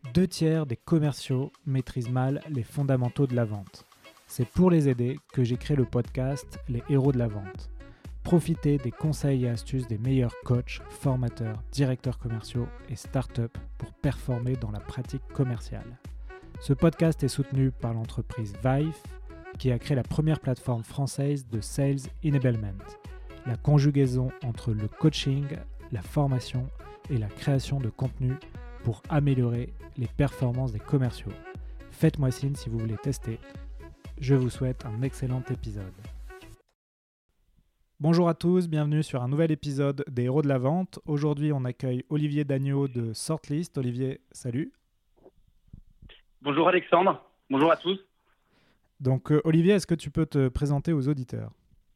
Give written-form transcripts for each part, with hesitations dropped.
2/3 des commerciaux maîtrisent mal les fondamentaux de la vente. C'est pour les aider que j'ai créé le podcast Les Héros de la Vente. Profitez des conseils et astuces des meilleurs coachs, formateurs, directeurs commerciaux et startups pour performer dans la pratique commerciale. Ce podcast est soutenu par l'entreprise Vive, qui a créé la première plateforme française de Sales Enablement, la conjugaison entre le coaching, la formation et la création de contenu pour améliorer les performances des commerciaux. Faites-moi signe si vous voulez tester. Je vous souhaite un excellent épisode. Bonjour à tous, bienvenue sur un nouvel épisode des Héros de la Vente. Aujourd'hui, on accueille Olivier Dagneau de Sortlist. Olivier, salut. Bonjour Alexandre, bonjour à tous. Donc Olivier, est-ce que tu peux te présenter aux auditeurs ?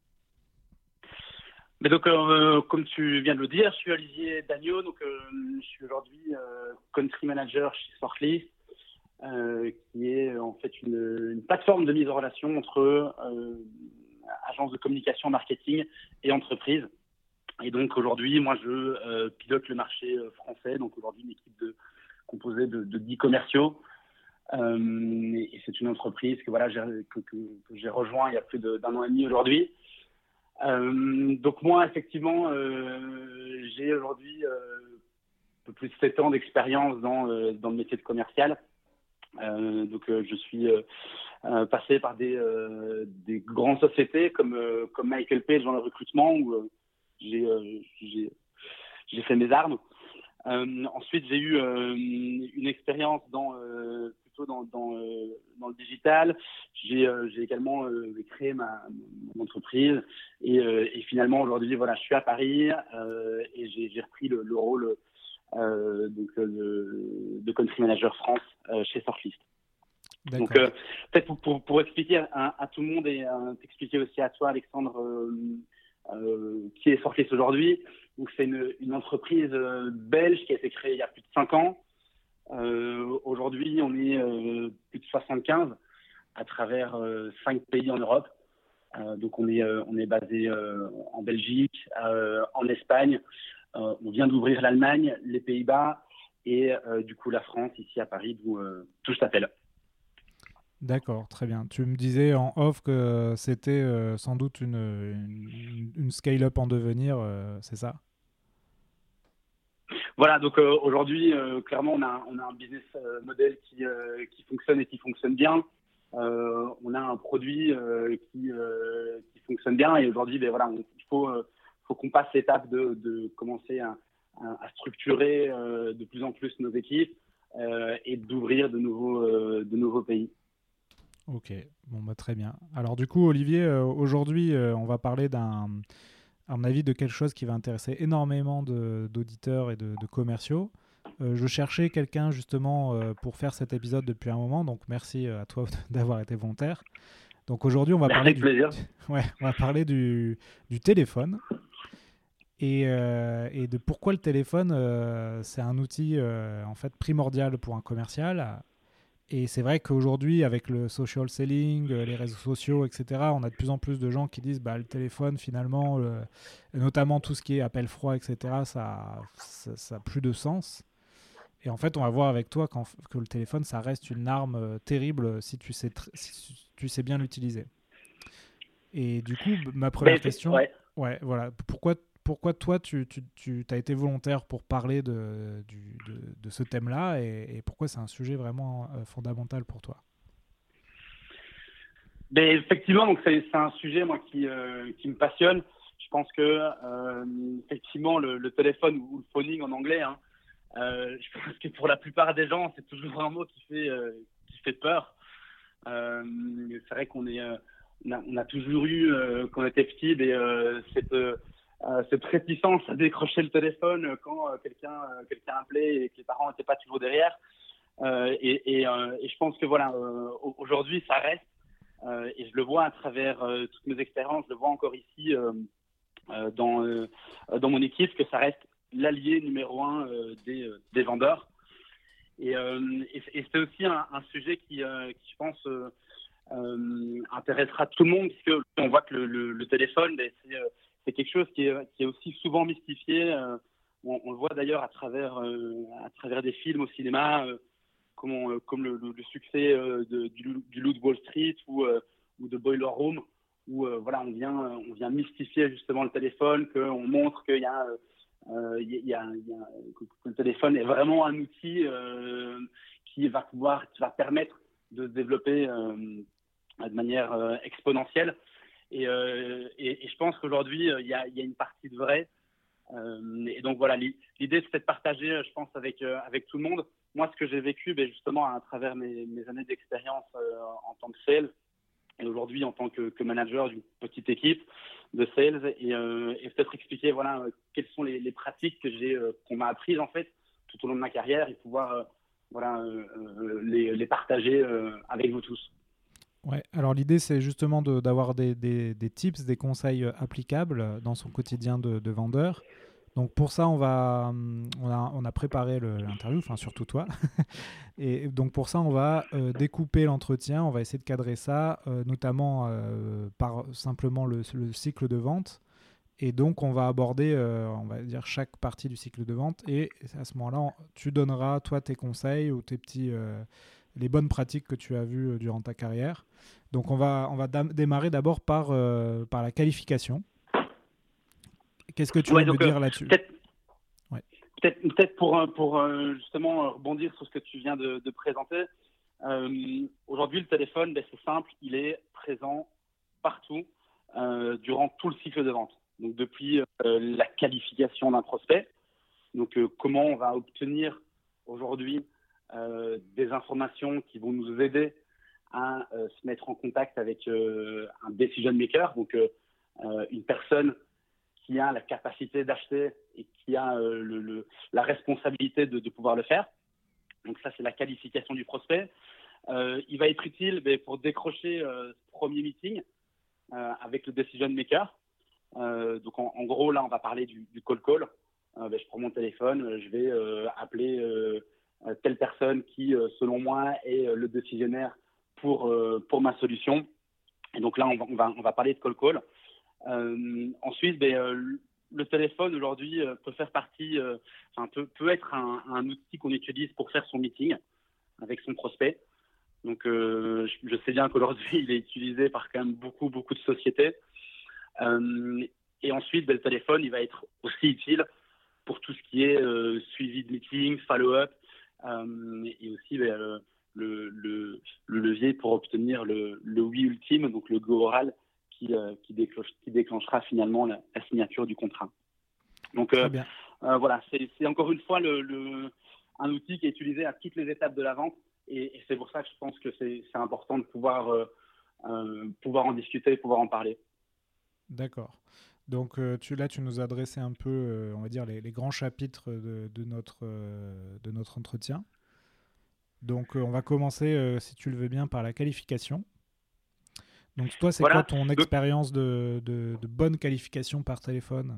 Mais donc, comme tu viens de le dire, je suis Olivier Dagneau, donc je suis aujourd'hui country manager chez Sortlist, qui est en fait une plateforme de mise en relation entre agences de communication marketing et entreprises. Et donc aujourd'hui, moi je pilote le marché français, donc aujourd'hui une équipe composée de 10 commerciaux. Et c'est une entreprise que j'ai rejoint il y a plus d'un an et demi aujourd'hui. Donc moi, effectivement, j'ai aujourd'hui un peu plus de 7 ans d'expérience dans le métier de commercial. Donc je suis passé par des grandes sociétés comme Michael Page dans le recrutement, où j'ai fait mes armes. Ensuite, j'ai eu une expérience plutôt dans le digital. J'ai également créé mon entreprise et finalement aujourd'hui, voilà, je suis à Paris et j'ai repris le rôle de country manager France chez Sortlist. D'accord. Donc peut-être pour expliquer à tout le monde et t'expliquer aussi à toi, Alexandre, qui est Sortlist aujourd'hui. Donc c'est une entreprise belge qui a été créée il y a plus de 5 ans. Aujourd'hui, on est plus de 75 à travers 5 pays en Europe. Donc on est basé en Belgique, en Espagne. On vient d'ouvrir l'Allemagne, les Pays-Bas et du coup la France ici à Paris, d'où je t'appelle. D'accord, très bien. Tu me disais en off que c'était sans doute une scale-up en devenir, c'est ça ? Voilà, donc aujourd'hui, clairement, on a un business model qui fonctionne et qui fonctionne bien. On a un produit qui fonctionne bien et aujourd'hui, voilà, il faut qu'on passe l'étape de commencer à structurer de plus en plus nos équipes et d'ouvrir de nouveaux pays. Ok, bon bah très bien. Alors du coup, Olivier, aujourd'hui, on va parler à mon avis, de quelque chose qui va intéresser énormément d'auditeurs et de commerciaux. Je cherchais quelqu'un justement pour faire cet épisode depuis un moment, donc merci à toi d'avoir été volontaire. Donc aujourd'hui, on va parler Avec plaisir. on va parler du téléphone et de pourquoi le téléphone, c'est un outil en fait primordial pour un commercial. Et c'est vrai qu'aujourd'hui, avec le social selling, les réseaux sociaux, etc., on a de plus en plus de gens qui disent bah, le téléphone, finalement, notamment tout ce qui est appel froid, etc., ça a plus de sens. Et en fait, on va voir avec toi que le téléphone, ça reste une arme terrible si tu sais bien l'utiliser. Et du coup, ma première question, ouais, voilà, pourquoi toi, tu as été volontaire pour parler de ce thème-là et pourquoi c'est un sujet vraiment fondamental pour toi ? Mais effectivement, donc c'est un sujet moi qui me passionne. Je pense que effectivement le téléphone ou le phoning en anglais, je pense que pour la plupart des gens, c'est toujours un mot qui fait peur. C'est vrai qu'on a toujours eu quand on était petit cette réticence à décrocher le téléphone quand quelqu'un appelait et que les parents n'étaient pas toujours derrière. Et je pense que voilà, aujourd'hui ça reste. Et je le vois à travers toutes mes expériences, je le vois encore ici dans mon équipe, que ça reste l'allié numéro 1 des vendeurs. Et c'est aussi un sujet qui je pense, intéressera tout le monde, puisque on voit que le téléphone, c'est quelque chose qui est aussi souvent mystifié. On le voit d'ailleurs à travers des films au cinéma. comme le succès du Loup de Wall Street ou de Boiler Room, où voilà, on vient mystifier justement le téléphone, qu'on montre qu'il y a, que le téléphone est vraiment un outil qui va permettre de se développer de manière exponentielle. Et je pense qu'aujourd'hui, il y a une partie de vrai. Et donc voilà, l'idée c'est de partager, je pense, avec tout le monde. Moi, ce que j'ai vécu, justement, à travers mes années d'expérience en tant que sales, et aujourd'hui en tant que manager d'une petite équipe de sales, et peut-être expliquer voilà quelles sont les pratiques qu'on m'a apprises en fait tout au long de ma carrière, et pouvoir les partager avec vous tous. Ouais, alors l'idée c'est justement d'avoir des tips, des conseils applicables dans son quotidien de vendeur. Donc pour ça, on a préparé l'interview, enfin surtout toi. Et donc pour ça, on va découper l'entretien, on va essayer de cadrer ça, notamment par simplement le cycle de vente. Et donc on va aborder, on va dire, chaque partie du cycle de vente. Et à ce moment-là, tu donneras, toi, tes conseils ou les bonnes pratiques que tu as vues durant ta carrière. Donc on va démarrer d'abord par la qualification. Qu'est-ce que tu veux me dire là-dessus? Peut-être pour justement rebondir sur ce que tu viens de présenter. Aujourd'hui, le téléphone, c'est simple, il est présent partout durant tout le cycle de vente. Donc depuis la qualification d'un prospect, donc comment on va obtenir aujourd'hui des informations qui vont nous aider à se mettre en contact avec un decision maker, donc une personne qui a la capacité d'acheter et qui a la responsabilité de pouvoir le faire. Donc ça, c'est la qualification du prospect. Il va être utile pour décrocher ce premier meeting avec le decision maker. Donc en gros, là, on va parler du cold call. Je prends mon téléphone, je vais appeler telle personne qui, selon moi, est le décisionnaire pour ma solution. Et donc là, on va parler de cold call. Ensuite, le téléphone aujourd'hui peut faire partie, peut être un outil qu'on utilise pour faire son meeting avec son prospect. Donc, je sais bien qu'aujourd'hui, il est utilisé par quand même beaucoup de sociétés. Et ensuite, le téléphone, il va être aussi utile pour tout ce qui est suivi de meeting, follow-up, et aussi le levier pour obtenir le oui ultime, donc le go oral, qui déclenchera finalement la signature du contrat. Donc voilà, c'est encore une fois un outil qui est utilisé à toutes les étapes de la vente, et c'est pour ça que je pense que c'est important de pouvoir en discuter, pouvoir en parler. D'accord. Donc tu nous as dressé un peu, on va dire, les grands chapitres de notre entretien. Donc on va commencer, si tu le veux bien, par la qualification. Donc toi, c'est quoi ton expérience de bonne qualification par téléphone?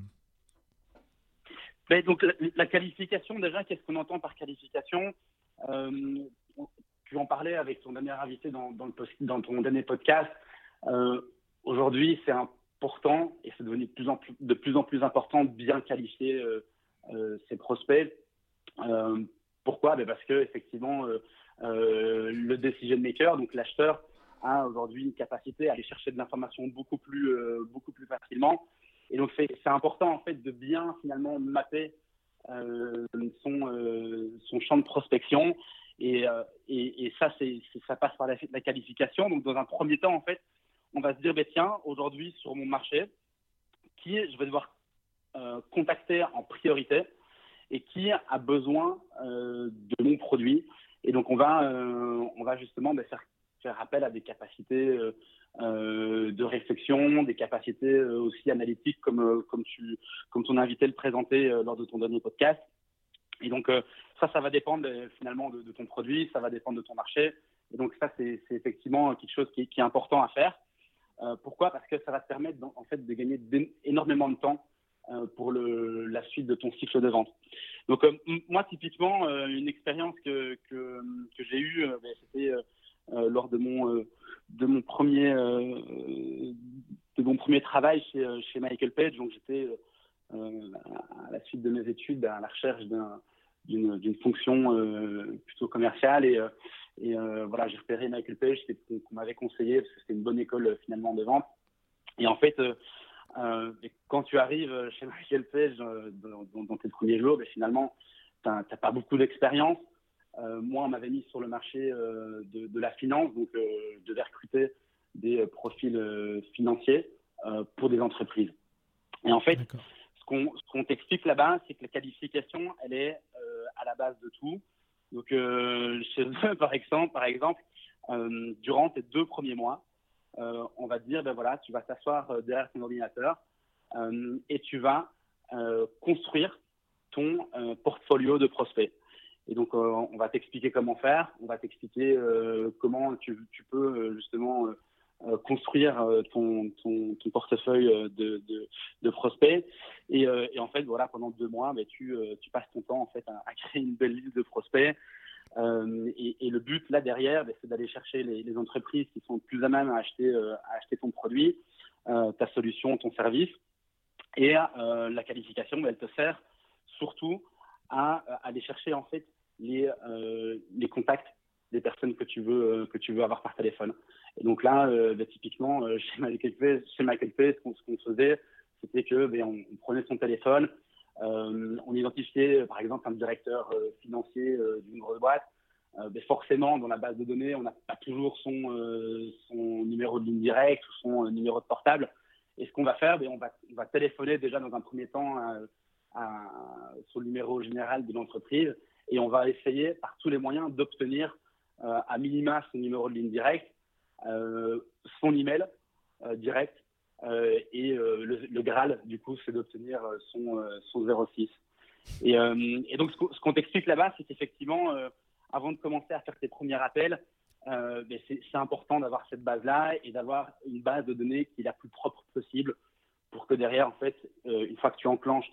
Donc la qualification, déjà, qu'est-ce qu'on entend par qualification? Tu en parlais avec ton dernier invité dans ton dernier podcast. Aujourd'hui, c'est important, et c'est devenu de plus en plus important, de bien qualifier ses prospects. Pourquoi? Parce que effectivement, le decision maker, donc l'acheteur, a aujourd'hui une capacité à aller chercher de l'information beaucoup plus facilement. Et donc c'est important en fait de bien finalement mapper son champ de prospection, et ça ça passe par la qualification. Donc dans un premier temps en fait, on va se dire tiens, aujourd'hui sur mon marché, qui je vais devoir contacter en priorité et qui a besoin de mon produit. Et donc on va justement faire appel à des capacités de réflexion, des capacités aussi analytiques, comme ton invité le présentait lors de ton dernier podcast. Et donc ça va dépendre finalement de ton produit, ça va dépendre de ton marché. Et donc ça, c'est effectivement quelque chose qui est important à faire. Pourquoi? Parce que ça va te permettre en fait de gagner énormément de temps pour la suite de ton cycle de vente. Donc moi, typiquement, une expérience que j'ai eue, c'était lors de mon premier travail chez Michael Page. Donc j'étais à la suite de mes études à la recherche d'une fonction plutôt commerciale. Et voilà, j'ai repéré Michael Page, qu'on m'avait conseillé parce que c'était une bonne école finalement de vente. Et en fait, quand tu arrives chez Michael Page dans tes premiers jours, finalement, tu n'as pas beaucoup d'expérience. Moi, on m'avait mis sur le marché de la finance, donc je devais recruter des profils financiers pour des entreprises. Et en fait, ce qu'on t'explique là-bas, c'est que la qualification, elle est à la base de tout. Donc, chez eux, par exemple, durant tes 2 premiers mois, on va te dire, voilà, tu vas t'asseoir derrière ton ordinateur et tu vas construire ton portfolio de prospects. Et donc, on va t'expliquer comment faire, on va t'expliquer comment tu peux justement construire ton portefeuille de prospects. Et en fait, voilà, pendant 2 mois, tu passes ton temps en fait à créer une belle liste de prospects. Et le but là derrière, c'est d'aller chercher les entreprises qui sont plus à même à acheter ton produit, ta solution, ton service. Et la qualification, elle te sert surtout à aller chercher en fait les contacts des personnes que tu veux avoir par téléphone. Et donc là, typiquement, chez Michael Page, ce qu'on faisait, c'était que on prenait son téléphone, on identifiait par exemple un directeur financier d'une grosse boîte. Forcément, dans la base de données, on n'a pas toujours son numéro de ligne directe ou son numéro de portable. Et ce qu'on va faire, on va téléphoner déjà dans un premier temps sur le numéro général de l'entreprise et on va essayer par tous les moyens d'obtenir à minima son numéro de ligne directe, son email direct et le Graal, du coup, c'est d'obtenir son 06. Et donc, ce qu'on t'explique là-bas, c'est qu'effectivement, avant de commencer à faire tes premiers appels, c'est important d'avoir cette base-là et d'avoir une base de données qui est la plus propre possible pour que derrière, en fait, une fois que tu enclenches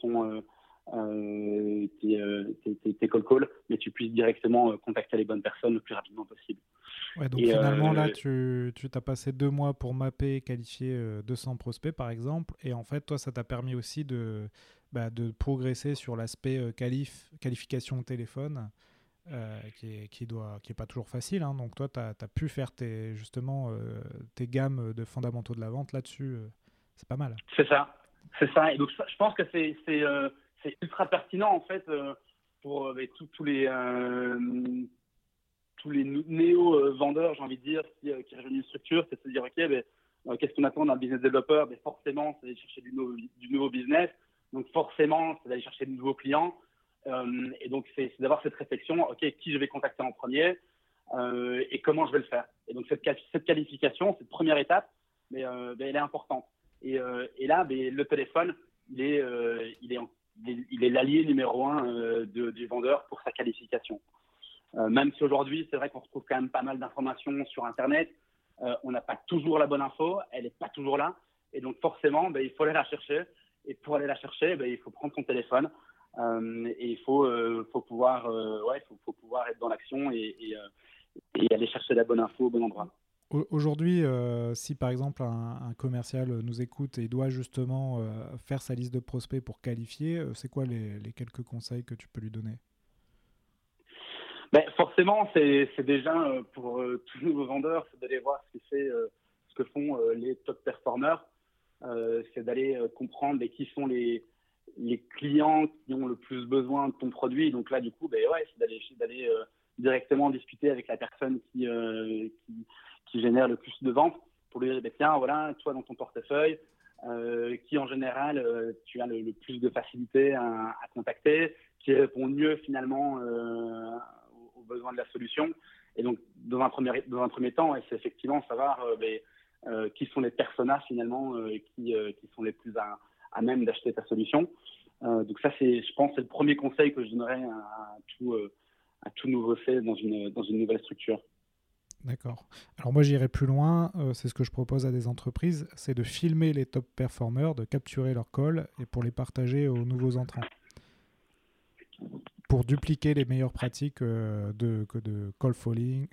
tes call calls, mais tu puisses directement contacter les bonnes personnes le plus rapidement possible. Ouais, donc finalement, là, tu t'as passé 2 mois pour mapper et qualifier 200 prospects, par exemple. Et en fait, toi, ça t'a permis aussi de progresser sur l'aspect qualification au téléphone, qui est pas toujours facile. Hein. Donc toi, tu as pu faire tes gammes de fondamentaux de la vente là-dessus. C'est pas mal. C'est ça. Et donc, je pense que c'est ultra pertinent, en fait, pour tous les néo-vendeurs, j'ai envie de dire, qui rejoignent une structure, c'est de se dire, OK, qu'est-ce qu'on attend d'un business développeur? Forcément, c'est d'aller chercher du nouveau business. Donc, forcément, c'est d'aller chercher de nouveaux clients. Et donc, c'est d'avoir cette réflexion, OK, qui je vais contacter en premier et comment je vais le faire. Et donc, cette qualification, cette première étape, elle est importante. Et là, le téléphone, il est l'allié numéro 1 du vendeur pour sa qualification. Même si aujourd'hui, c'est vrai qu'on retrouve quand même pas mal d'informations sur Internet, on n'a pas toujours la bonne info, elle n'est pas toujours là. Et donc, forcément, il faut aller la chercher. Et pour aller la chercher, il faut prendre son téléphone. Et il faut pouvoir être dans l'action et aller chercher la bonne info au bon endroit. Aujourd'hui, si par exemple un commercial nous écoute et doit justement faire sa liste de prospects pour qualifier, c'est quoi les quelques conseils que tu peux lui donner? Forcément, c'est déjà pour tous nouveaux vendeurs, c'est d'aller voir ce que font les top performers. C'est d'aller comprendre qui sont les clients qui ont le plus besoin de ton produit. Donc là, du coup, c'est d'aller directement discuter avec la personne qui génère le plus de ventes pour lui dire, tiens, voilà, toi dans ton portefeuille, qui en général tu as le plus de facilité à contacter, qui répond mieux finalement aux besoins de la solution. Et donc, dans un premier temps, c'est effectivement savoir qui sont les personas finalement qui sont les plus à même d'acheter ta solution. Donc ça, je pense, c'est le premier conseil que je donnerais à tout nouveau fait dans une nouvelle structure. D'accord. Alors moi, j'irai plus loin. C'est ce que je propose à des entreprises, c'est de filmer les top performers, de capturer leurs calls et pour les partager aux nouveaux entrants. Pour dupliquer les meilleures pratiques de call phoning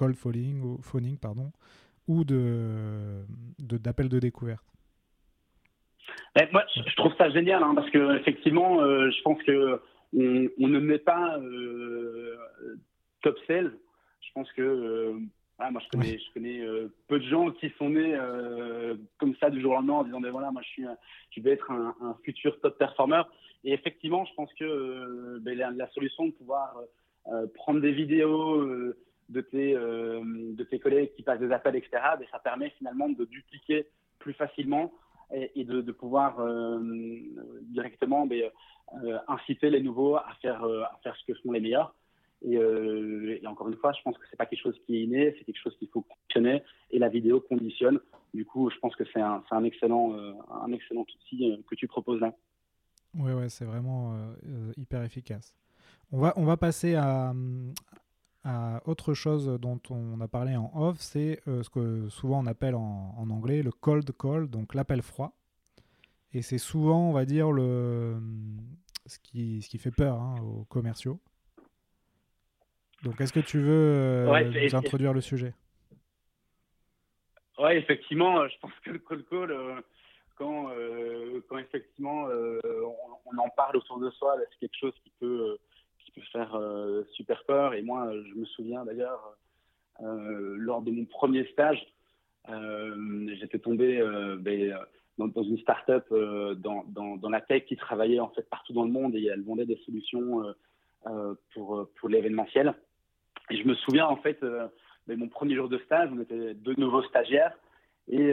ou d'appel de découverte. Moi, je trouve ça génial parce que effectivement, je pense que on ne met pas top sales. Je pense que moi je connais peu de gens qui sont nés comme ça du jour au lendemain en disant voilà, moi je vais être un futur top performer. Et effectivement, je pense que la solution de pouvoir prendre des vidéos de tes collègues qui passent des appels, etc., ça permet finalement de dupliquer plus facilement et de pouvoir directement inciter les nouveaux à faire ce que font les meilleurs. Et encore une fois, je pense que c'est pas quelque chose qui est inné, c'est quelque chose qu'il faut conditionner, et la vidéo conditionne. Du coup, je pense que c'est un excellent outil que tu proposes là. Ouais, c'est vraiment hyper efficace. On va passer à autre chose dont on a parlé en off, c'est ce que souvent on appelle en anglais le cold call, donc l'appel froid. Et c'est souvent, on va dire, ce qui fait peur aux commerciaux. Donc, est-ce que tu veux nous introduire le sujet ? Oui, effectivement, je pense que le cold call, quand effectivement on en parle autour de soi, c'est quelque chose qui peut faire super peur. Et moi, je me souviens d'ailleurs, lors de mon premier stage, j'étais tombé dans une start-up dans la tech qui travaillait en fait partout dans le monde, et elle vendait des solutions pour l'événementiel. Et je me souviens en fait, mon premier jour de stage, on était 2 nouveaux stagiaires, et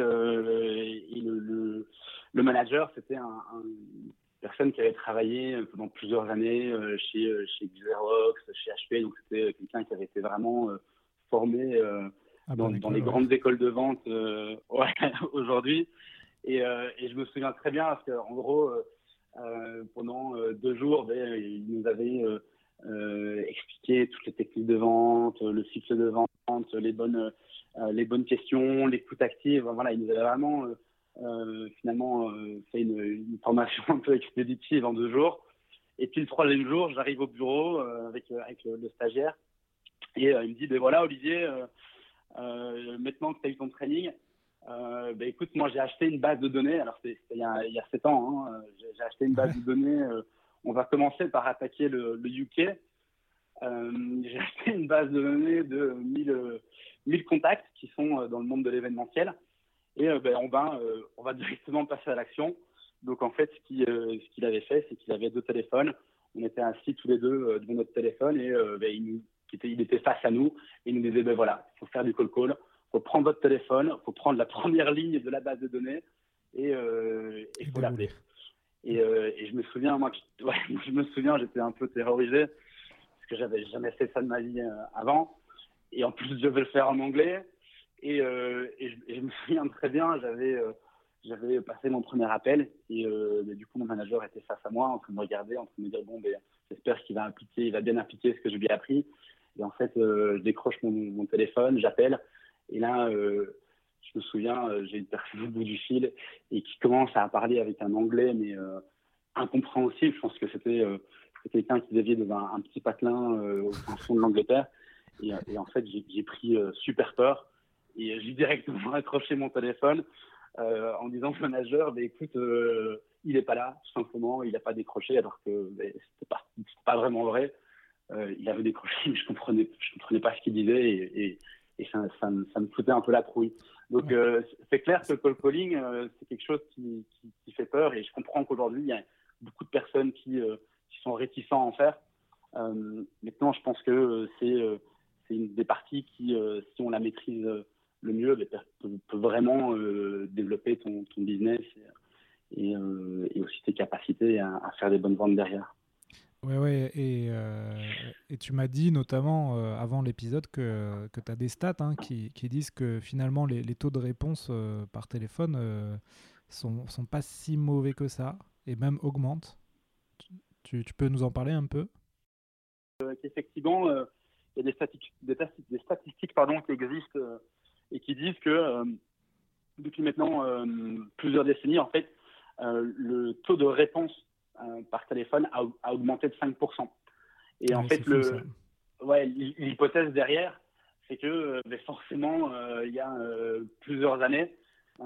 le manager, c'était une personne qui avait travaillé pendant plusieurs années chez Xerox, chez HP, donc c'était quelqu'un qui avait été vraiment formé dans les grandes écoles de vente aujourd'hui. Et je me souviens très bien parce qu'en gros, pendant 2 jours, il nous avait expliqué toutes les techniques de vente, le cycle de vente, les bonnes questions, l'écoute active. Voilà, il nous avait vraiment finalement fait une formation un peu expéditive en 2 jours. Et puis le 3e jour, j'arrive au bureau avec le stagiaire, et il me dit voilà, Olivier, maintenant que tu as eu ton training, écoute, moi j'ai acheté une base de données. Alors c'était il y a 7 ans, hein, j'ai acheté une base de données. On va commencer par attaquer le UK. J'ai acheté une base de données de 1000 contacts qui sont dans le monde de l'événementiel, et on va directement passer à l'action. Donc en fait, ce qu'il avait fait, c'est qu'il avait 2 téléphones. On était assis tous les deux devant notre téléphone, et il était face à nous, et il nous disait voilà, il faut faire du call. Faut prendre votre téléphone, faut prendre la première ligne de la base de données, et faut l'appeler. Et je me souviens, j'étais un peu terrorisé parce que j'avais jamais fait ça de ma vie avant, et en plus je devais le faire en anglais, et je me souviens très bien, j'avais passé mon premier appel, et du coup mon manager était face à moi en train de me regarder, en train de me dire j'espère qu'il va bien appliquer ce que je lui ai appris. Et en fait, je décroche mon téléphone, j'appelle. Et là, je me souviens, j'ai une personne au bout du fil et qui commence à parler avec un anglais, mais incompréhensible. Je pense que c'était quelqu'un qui vivait dans un petit patelin au fond de l'Angleterre. Et en fait, j'ai pris super peur. Et j'ai directement accroché mon téléphone en disant au manager, écoute, il n'est pas là, tout simplement. Il n'a pas décroché, alors que c'était pas vraiment vrai. Il avait décroché, mais je comprenais pas ce qu'il disait, et ça me foutait un peu la trouille. Donc c'est clair que le cold calling, c'est quelque chose qui fait peur, et je comprends qu'aujourd'hui il y a beaucoup de personnes qui sont réticents à en faire. Maintenant, je pense que c'est une des parties qui, si on la maîtrise le mieux, peut vraiment développer ton business et aussi tes capacités à faire des bonnes ventes derrière. Ouais, et tu m'as dit notamment avant l'épisode que tu as des stats qui disent que finalement les taux de réponse par téléphone sont pas si mauvais que ça, et même augmentent. Tu peux nous en parler un peu ? Effectivement, il y a des statistiques qui existent et qui disent que depuis maintenant plusieurs décennies, en fait, le taux de réponse par téléphone a augmenté de 5%. Et en fait, l'hypothèse derrière, c'est que forcément, il y a plusieurs années,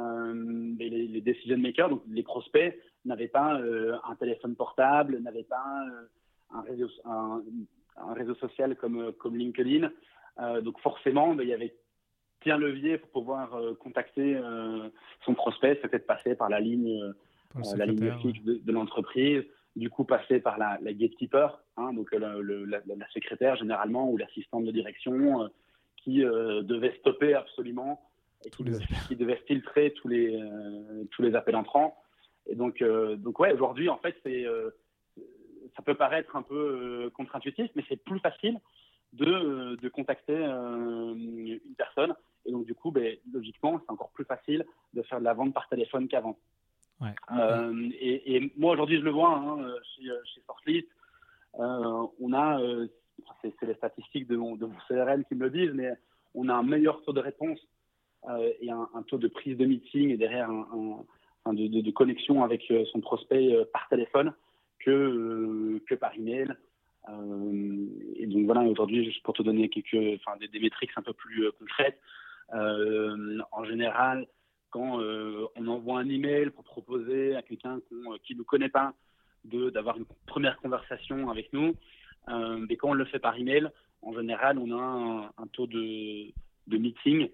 les decision makers, donc les prospects, n'avaient pas un téléphone portable, n'avaient pas un réseau social comme LinkedIn. Donc forcément, il y avait qu'un levier pour pouvoir contacter son prospect, c'était de passer par la ligne fixe de l'entreprise, du coup passer par la gatekeeper, donc la secrétaire généralement ou l'assistante de direction qui devait stopper absolument et qui devait filtrer tous les appels entrants. Et donc ouais, aujourd'hui en fait ça peut paraître un peu contre-intuitif, mais c'est plus facile de contacter une personne. Et donc, du coup, logiquement, c'est encore plus facile de faire de la vente par téléphone qu'avant. Ouais. Et moi, aujourd'hui, je le vois chez Fortlist. On a, c'est les statistiques de mon CRM qui me le disent, mais on a un meilleur taux de réponse et un taux de prise de meeting et derrière de connexion avec son prospect par téléphone que par email. Et donc voilà, aujourd'hui, juste pour te donner des métriques un peu plus concrètes, en général, quand on envoie un email pour proposer à quelqu'un qui ne nous connaît pas d'avoir une première conversation avec nous, mais quand on le fait par email, en général, on a un taux de meeting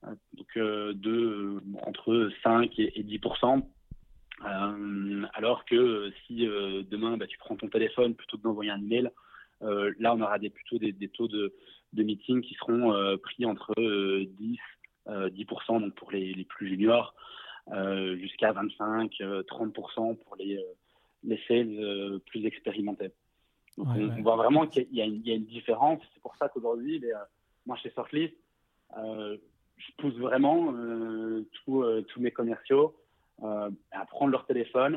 entre 5 et 10%. Alors que si demain tu prends ton téléphone plutôt que d'envoyer un email, là on aura plutôt des taux de meeting qui seront pris entre 10% donc pour les plus juniors, jusqu'à 25-30% pour les sales plus expérimentés. Donc on voit vraiment qu'il y a une différence. C'est pour ça qu'aujourd'hui, moi chez Sortlist, je pousse vraiment tous mes commerciaux à prendre leur téléphone.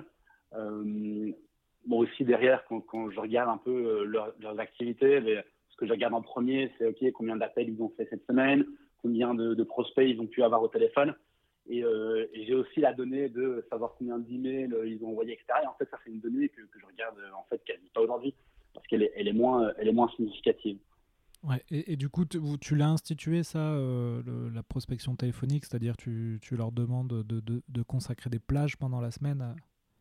Aussi derrière, quand je regarde un peu leurs activités, ce que je regarde en premier, c'est OK, combien d'appels ils ont fait cette semaine, combien de prospects ils ont pu avoir au téléphone. Et j'ai aussi la donnée de savoir combien d'emails ils ont envoyés, etc. Et en fait, ça, c'est une donnée que je regarde en fait quasi pas aujourd'hui, parce qu'elle est moins significative. Ouais, et du coup, tu l'as institué, ça, la prospection téléphonique, c'est-à-dire tu leur demandes de consacrer des plages pendant la semaine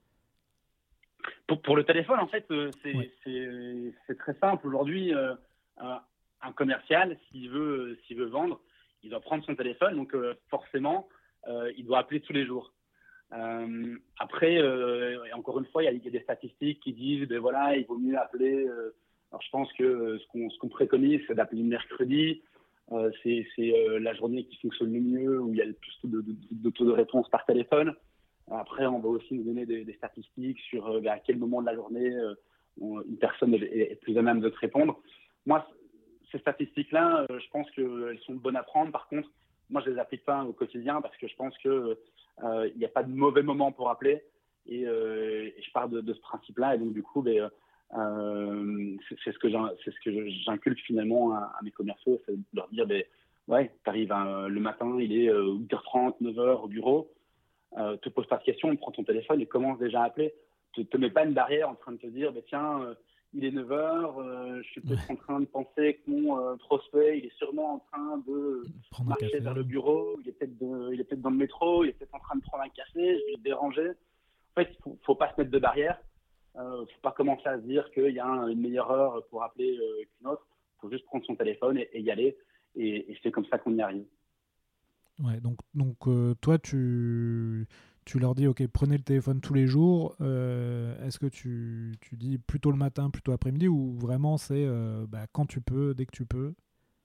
Pour le téléphone, en fait, c'est très simple. Aujourd'hui, un commercial, s'il veut vendre, il doit prendre son téléphone, donc forcément, il doit appeler tous les jours. Après, encore une fois, il y a des statistiques qui disent, voilà, il vaut mieux appeler. Alors, je pense que ce qu'on préconise, c'est d'appeler le mercredi. C'est la journée qui fonctionne le mieux, où il y a le plus de taux de réponse par téléphone. Après, on va aussi nous donner des statistiques sur à quel moment de la journée une personne est plus à même de te répondre. Moi, ces statistiques-là, je pense qu'elles sont bonnes à prendre. Par contre, moi, je ne les applique pas au quotidien parce que je pense qu'il n'y a pas de mauvais moment pour appeler. Et je pars de ce principe-là. Et donc, du coup, c'est ce que j'inculque finalement à mes commerciaux, c'est de leur dire, ouais, tu arrives le matin, il est 8h30, 9h au bureau. Te pose pas de questions, prends ton téléphone et commence déjà à appeler. Te mets pas une barrière en train de te dire, tiens, il est 9h, je suis peut-être en train de penser que mon prospect, il est sûrement en train de marcher vers le bureau, il est peut-être dans le métro, il est peut-être en train de prendre un café, je vais le déranger. En fait, faut pas se mettre de barrière. Faut pas commencer à se dire qu'il y a une meilleure heure pour appeler qu'une autre. Faut juste prendre son téléphone et y aller. Et c'est comme ça qu'on y arrive. Ouais, donc toi, tu leur dis, OK, prenez le téléphone tous les jours. Est-ce que tu dis plutôt le matin, plutôt après-midi, ou vraiment c'est quand tu peux, dès que tu peux?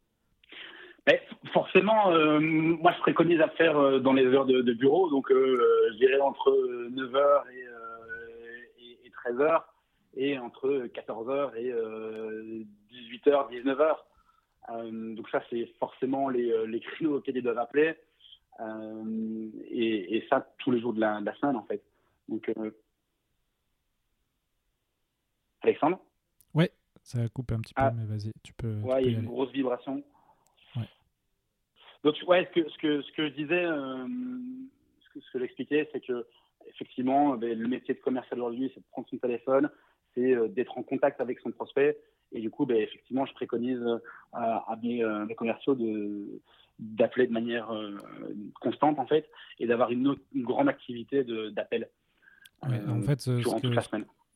Forcément, moi je préconise à faire dans les heures de bureau, donc je dirais entre 9h et 13h, et entre 14h et 18h, 19h. Donc ça, c'est forcément les créneaux auxquels ils doivent appeler. Et ça, tous les jours de la semaine, en fait. Donc, Alexandre ? Ouais, ça a coupé un petit peu, mais vas-y, tu peux il y y a aller. une grosse vibration. Ouais. Donc, ouais, ce que je disais, ce que j'expliquais, c'est que effectivement, le métier de commercial aujourd'hui, c'est de prendre son téléphone, c'est d'être en contact avec son prospect. Et du coup, effectivement, je préconise à mes commerciaux d'appeler de manière constante, en fait, et d'avoir une grande activité d'appel Ouais, en fait, durant toute la semaine.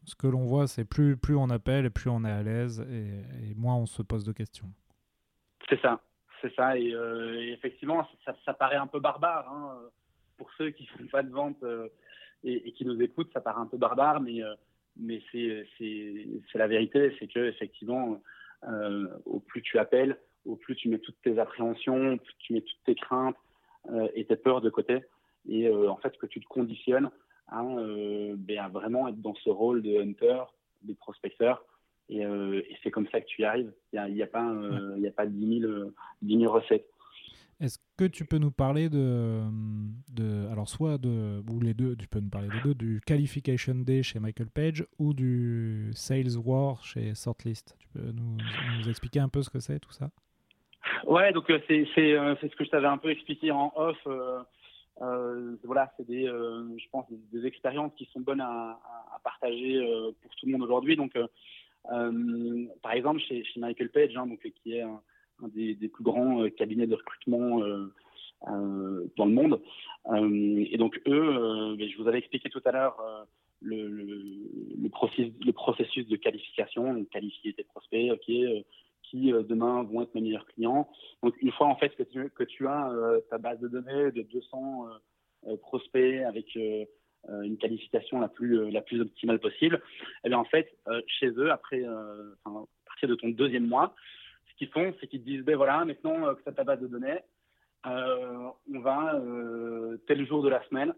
Ce que l'on voit, c'est plus on appelle et plus on est à l'aise et moins on se pose de questions. C'est ça. Et effectivement, ça paraît un peu barbare. Hein. Pour ceux qui ne font pas de vente et qui nous écoutent, ça paraît un peu barbare, mais c'est la vérité. C'est que effectivement, au plus tu appelles, au plus tu mets toutes tes appréhensions, au plus tu mets toutes tes craintes et tes peurs de côté. Et en fait, que tu te conditionnes à vraiment être dans ce rôle de hunter, de prospecteur. Et c'est comme ça que tu y arrives. Il n'y a pas 10 000 recettes. Est-ce que tu peux nous parler alors soit ou les deux, tu peux nous parler des deux, du Qualification Day chez Michael Page ou du Sales War chez Shortlist. Tu peux nous expliquer un peu ce que c'est, tout ça? Ouais, donc c'est ce que je t'avais un peu expliqué en off. Voilà, c'est je pense, des expériences qui sont bonnes à partager pour tout le monde aujourd'hui. Donc, par exemple, chez Michael Page, hein, donc, qui est un des plus grands cabinets de recrutement dans le monde. Et donc, eux, je vous avais expliqué tout à l'heure le processus de qualification, donc qualifier tes prospects, qui demain vont être mes meilleurs clients. Donc, une fois en fait que tu as ta base de données de 200 prospects avec une qualification la plus optimale possible, et bien en fait, chez eux, après, à partir de ton deuxième mois, ce qu'ils font, c'est qu'ils te disent, ben voilà, maintenant que tu as ta base de données, on va, tel jour de la semaine,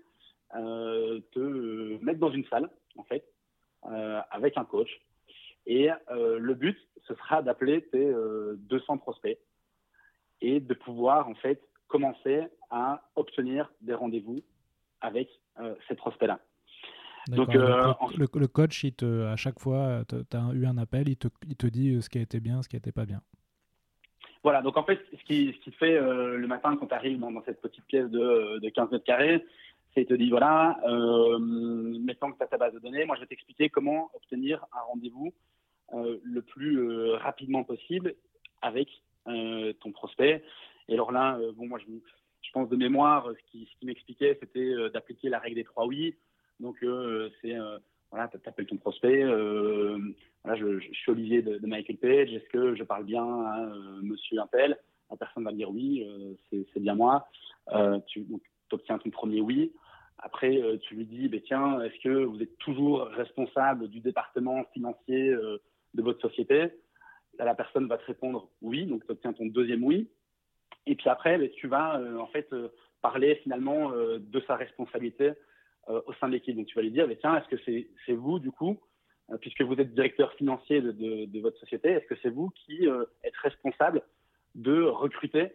te mettre dans une salle, en fait, avec un coach. Et le but, ce sera d'appeler tes 200 prospects et de pouvoir, en fait, commencer à obtenir des rendez-vous avec ces prospects-là. Donc, le coach, à chaque fois, tu as eu un appel, il te dit ce qui a été bien, ce qui n'était pas bien. Voilà, donc en fait, ce qui te fait le matin quand tu arrives dans cette petite pièce de 15 mètres carrés, c'est qu'il te dit, voilà, maintenant que tu as ta base de données, moi je vais t'expliquer comment obtenir un rendez-vous le plus rapidement possible avec ton prospect. Et alors là, moi je pense de mémoire, ce qui m'expliquait, c'était d'appliquer la règle des 3 oui. Donc c'est voilà, tu appelles ton prospect, voilà, je suis Olivier de Michael Page, est-ce que je parle bien à monsieur Impel? La personne va me dire oui, c'est bien moi. Tu obtiens ton premier oui. Après, tu lui dis, tiens, est-ce que vous êtes toujours responsable du département financier de votre société? Là, la personne va te répondre oui, donc tu obtiens ton deuxième oui. Et puis après, tu vas en fait parler finalement de sa responsabilité au sein de l'équipe. Donc tu vas lui dire, tiens, est-ce que c'est vous du coup, puisque vous êtes directeur financier de votre société, est-ce que c'est vous qui êtes responsable de recruter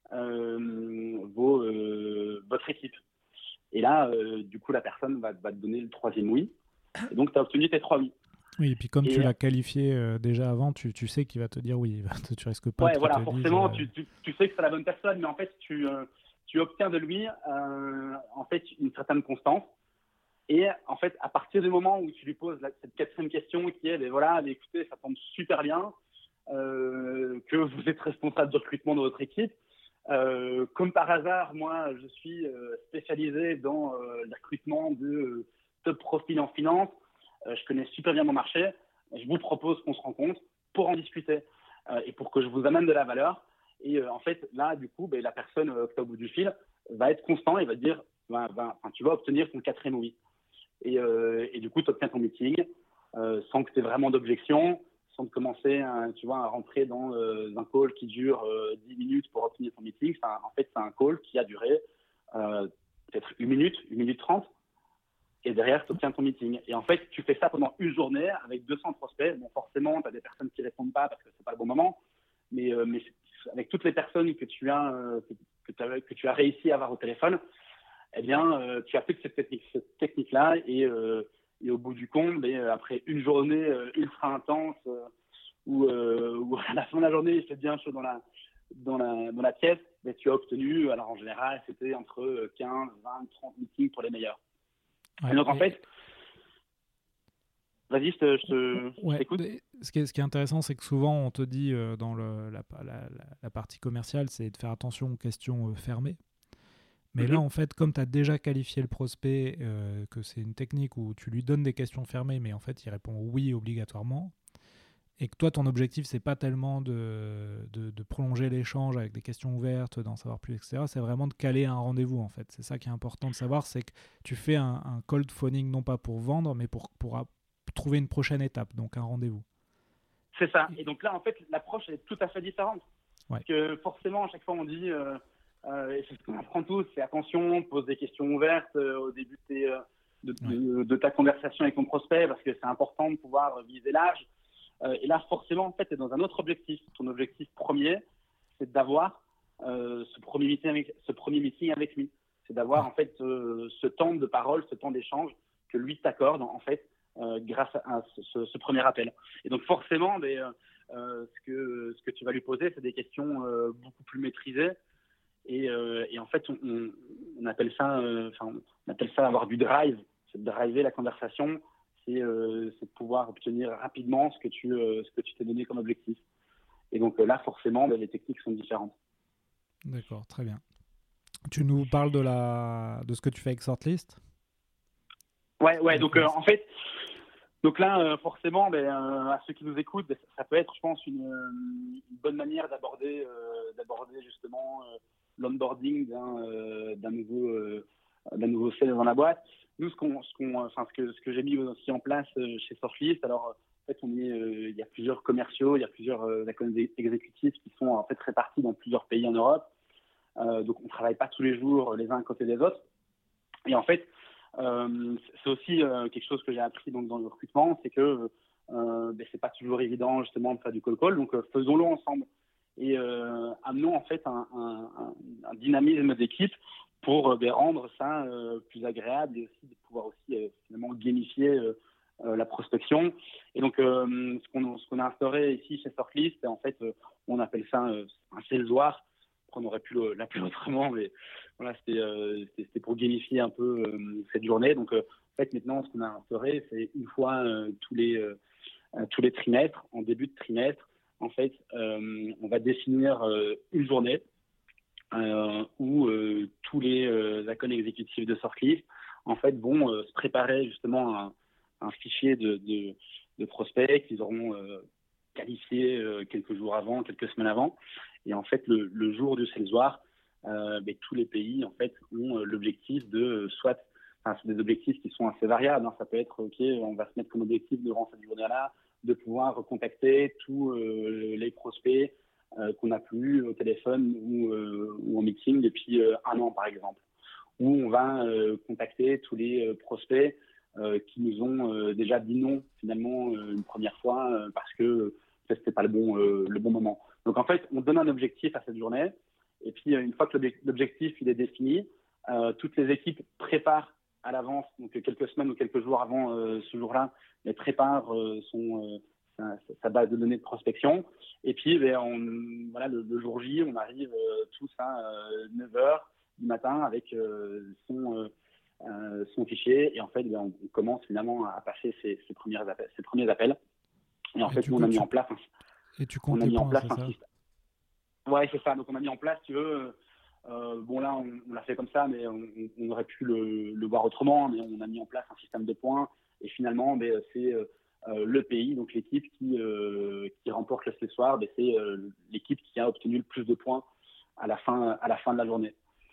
votre équipe? Et là, du coup, la personne va te donner le troisième oui. Et donc, tu as obtenu tes 3 oui. Oui, et puis comme tu l'as qualifié déjà avant, tu sais qu'il va te dire oui. Tu risques pas de te voilà, forcément, tu sais que c'est la bonne personne, mais en fait, tu obtiens de lui en fait une certaine constance. Et en fait, à partir du moment où tu lui poses cette quatrième question qui est, écoutez, ça tombe super bien que vous êtes responsable de recrutement de votre équipe. Comme par hasard, moi, je suis spécialisé dans le recrutement de top profils en finance. Je connais super bien mon marché. Je vous propose qu'on se rencontre pour en discuter et pour que je vous amène de la valeur. Et en fait, là, du coup, la personne qui est au bout du fil va être constant et va te dire, tu vas obtenir ton quatrième oui. Et du coup, tu obtiens ton meeting sans que tu aies vraiment d'objection, sans te commencer à rentrer dans un call qui dure 10 minutes pour obtenir ton meeting. En fait, c'est un call qui a duré peut-être 1 minute, 1 minute 30. Et derrière, tu obtiens ton meeting. Et en fait, tu fais ça pendant une journée avec 200 prospects. Bon, forcément, tu as des personnes qui ne répondent pas parce que ce n'est pas le bon moment. Mais avec toutes les personnes que tu as réussi à avoir au téléphone, eh bien, tu appliques cette technique-là. Et au bout du compte, après une journée ultra intense où à la fin de la journée, il fait bien chaud dans la pièce, tu as obtenu, alors en général, c'était entre 15, 20, 30 meetings pour les meilleurs. Ouais, et donc, en fait, vas-y, je t'écoute. Ce qui est intéressant, c'est que souvent, on te dit dans la partie commerciale, c'est de faire attention aux questions fermées. Mais là, en fait, comme tu as déjà qualifié le prospect, que c'est une technique où tu lui donnes des questions fermées, mais en fait, il répond oui obligatoirement, et que toi, ton objectif, c'est pas tellement de prolonger l'échange avec des questions ouvertes, d'en savoir plus, etc. C'est vraiment de caler un rendez-vous, en fait. C'est ça qui est important de savoir, c'est que tu fais un cold phoning, non pas pour vendre, mais pour trouver une prochaine étape, donc un rendez-vous. C'est ça. Et donc là, en fait, l'approche est tout à fait différente. Ouais. Parce que forcément, à chaque fois, on dit, et c'est ce qu'on apprend tous, c'est attention, pose des questions ouvertes au début de ta conversation avec ton prospect, parce que c'est important de pouvoir viser large. Et là, forcément, en fait, tu es dans un autre objectif. Ton objectif premier, c'est d'avoir ce premier meeting avec lui. C'est d'avoir, en fait, ce temps de parole, ce temps d'échange que lui t'accorde, en fait, grâce à ce premier appel. Et donc, forcément, ce que tu vas lui poser, c'est des questions beaucoup plus maîtrisées. Et en fait, on appelle ça, on appelle ça avoir du drive. C'est de driver la conversation. C'est de pouvoir obtenir rapidement ce que tu t'es donné comme objectif. Et donc là, forcément, les techniques sont différentes. D'accord, très bien. Tu nous parles de ce que tu fais avec Sortlist ? Ouais. Donc en fait, donc là, forcément, à ceux qui nous écoutent, ça peut être, je pense, une bonne manière d'aborder justement l'onboarding d'un nouveau sales dans la boîte. Nous, ce que j'ai mis aussi en place chez Sortlist, alors en fait, il y a plusieurs commerciaux, il y a plusieurs account exécutifs qui sont en fait répartis dans plusieurs pays en Europe. Donc, on ne travaille pas tous les jours les uns à côté des autres. Et en fait, c'est aussi quelque chose que j'ai appris donc, dans le recrutement, c'est que c'est pas toujours évident justement de faire du call. Donc, faisons-le ensemble et amenons en fait un dynamisme d'équipe pour rendre ça plus agréable et aussi de pouvoir aussi finalement gamifier la prospection. Et donc, ce qu'on a instauré ici chez Sortlist, en fait, on appelle ça un sales war. On aurait pu l'appeler autrement, mais voilà, c'était pour gamifier un peu cette journée. Donc, en fait, maintenant, ce qu'on a instauré, c'est une fois tous les trimestres, en début de trimestre, en fait, on va définir une journée où tous les account exécutifs de Sortlist, en fait, vont se préparer justement un fichier de prospects qu'ils auront qualifié quelques jours avant, quelques semaines avant. Et en fait, le jour du Sales War, tous les pays en fait ont l'objectif c'est des objectifs qui sont assez variables. Hein. Ça peut être, OK, on va se mettre comme objectif durant cette journée-là de pouvoir contacter tous les prospects qu'on a plus au téléphone ou en meeting depuis un an, par exemple. Ou on va contacter tous les prospects qui nous ont déjà dit non, finalement, une première fois, parce que peut-être c'était pas le bon moment. Donc, en fait, on donne un objectif à cette journée. Et puis, une fois que l'objectif il est défini, toutes les équipes préparent à l'avance, donc quelques semaines ou quelques jours avant ce jour-là, elles préparent sa base de données de prospection. Et puis, le jour J, on arrive tous à 9h du matin avec son fichier. Et en fait, on commence finalement à passer ces premiers appels. Et en fait, on a mis en place et tu comptes tes points, c'est ça ? Ouais, c'est ça. Donc, on a mis en place, tu veux, là, on l'a fait comme ça, mais on aurait pu le voir autrement, mais on a mis en place un système de points. Et finalement, c'est le pays, donc l'équipe qui remporte le soir, c'est l'équipe qui a obtenu le plus de points à la fin de la journée.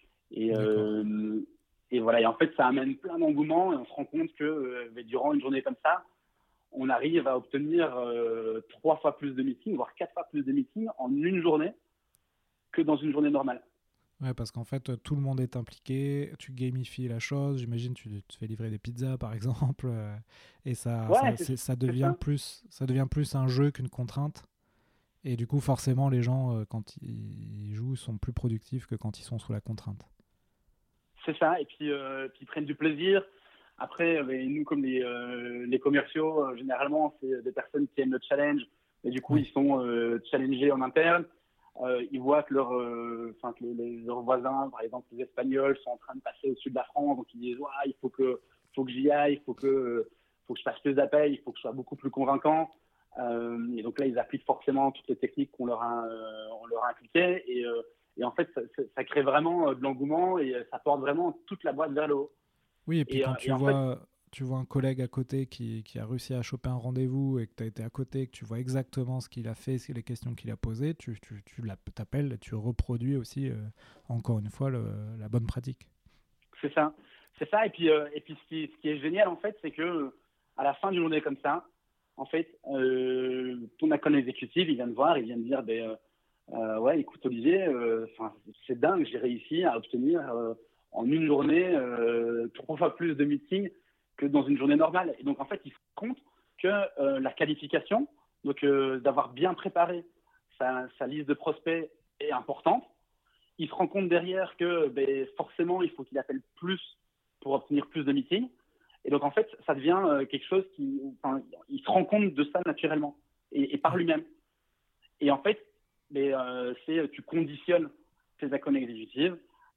Et voilà. Et en fait, ça amène plein d'engouement et on se rend compte que durant une journée comme ça, on arrive à obtenir 3 fois plus de meetings, voire 4 fois plus de meetings en une journée que dans une journée normale. Ouais, parce qu'en fait, tout le monde est impliqué, tu gamifies la chose, j'imagine tu te fais livrer des pizzas par exemple, et ça devient plus un jeu qu'une contrainte. Et du coup, forcément, les gens, quand ils jouent, sont plus productifs que quand ils sont sous la contrainte. C'est ça, et puis ils prennent du plaisir. Après, nous, comme les commerciaux, généralement, c'est des personnes qui aiment le challenge, et du coup, ils sont challengés en interne. Ils voient que leurs voisins, par exemple les Espagnols, sont en train de passer au-dessus de la France, donc ils disent il faut que j'y aille, il faut que je fasse plus d'appels, il faut que je sois beaucoup plus convaincant. Et donc là, ils appliquent forcément toutes les techniques qu'on leur a inculquées. Et en fait, ça crée vraiment de l'engouement et ça porte vraiment toute la boîte vers le haut. Oui, et puis quand tu vois un collègue à côté qui a réussi à choper un rendez-vous et que tu as été à côté, que tu vois exactement ce qu'il a fait, les questions qu'il a posées, tu t'appelles et tu reproduis aussi, encore une fois, la bonne pratique. C'est ça. C'est ça. Et puis ce qui est génial, en fait, c'est que à la fin d'une journée comme ça, en fait, ton account exécutif, il vient te voir, il vient te dire, ouais, écoute, Olivier, c'est dingue, j'ai réussi à obtenir en une journée 3 fois plus de meetings que dans une journée normale. Et donc, en fait, il se rend compte que la qualification, donc d'avoir bien préparé sa liste de prospects est importante. Il se rend compte derrière que forcément, il faut qu'il appelle plus pour obtenir plus de meetings. Et donc, en fait, ça devient quelque chose il se rend compte de ça naturellement et par lui-même. Et en fait, tu conditionnes tes accounts exécutifs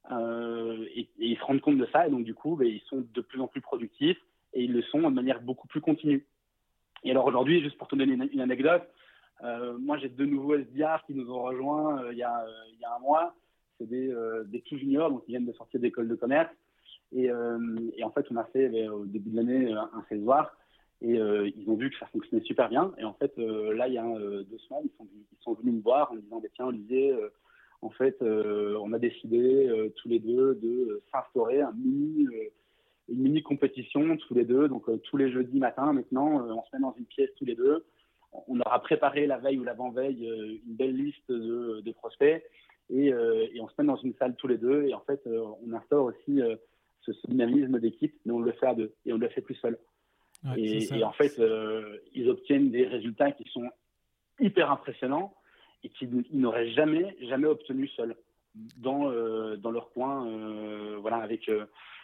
et ils se rendent compte de ça. Et donc, du coup, ils sont de plus en plus productifs et ils le sont de manière beaucoup plus continue. Et alors, aujourd'hui, juste pour te donner une anecdote, moi, j'ai 2 nouveaux SDR qui nous ont rejoints il y a un mois. C'est des tout juniors, donc ils viennent de sortir d'école de commerce. Et en fait, on a fait au début de l'année un sales et ils ont vu que ça fonctionnait super bien. Et en fait, là, il y a 2 semaines, ils sont venus me voir en me disant tiens, Olivier, en fait, on a décidé tous les deux de s'instaurer une mini compétition tous les deux. Donc, tous les jeudis matins, maintenant, on se met dans une pièce tous les deux. On leur a préparé la veille ou l'avant-veille une belle liste de prospects et on se met dans une salle tous les deux. Et en fait, on instaure aussi ce dynamisme d'équipe, mais on le fait à 2 et on ne le fait plus seul. Ouais, et en fait, ils obtiennent des résultats qui sont hyper impressionnants et qu'ils n'auraient jamais obtenu seuls dans leur coin, avec de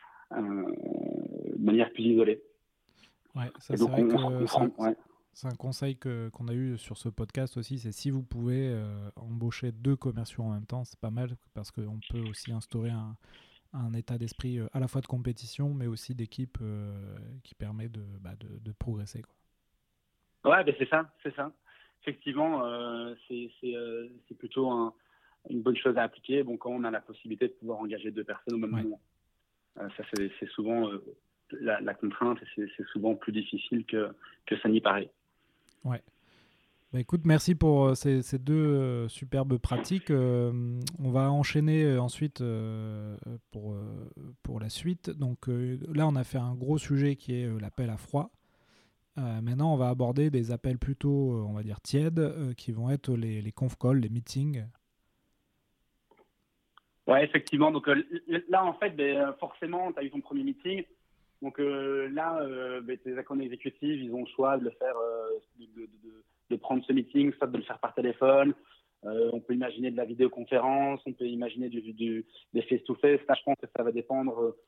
manière plus isolée. Ouais, ça, c'est vrai que c'est un conseil qu'on a eu sur ce podcast aussi, c'est si vous pouvez embaucher 2 commerciaux en même temps, c'est pas mal parce qu'on peut aussi instaurer un état d'esprit à la fois de compétition, mais aussi d'équipe qui permet de progresser, quoi. Ouais, c'est ça. Effectivement, c'est plutôt une bonne chose à appliquer. Bon, quand on a la possibilité de pouvoir engager 2 personnes au même moment. Ça, c'est souvent la contrainte et c'est souvent plus difficile que ça n'y paraît. Ouais. Bah écoute, merci pour ces 2 superbes pratiques. On va enchaîner ensuite pour la suite. Donc là, on a fait un gros sujet qui est l'appel à froid. Maintenant, on va aborder des appels plutôt, on va dire, tièdes, qui vont être les conf calls, les meetings. Ouais, effectivement. Donc là, en fait, forcément, tu as eu ton premier meeting. Donc là, tes accounts exécutifs, ils ont le choix de le faire, de prendre ce meeting, soit de le faire par téléphone. On peut imaginer de la vidéoconférence, on peut imaginer des face-to-face. Là, je pense que ça va dépendre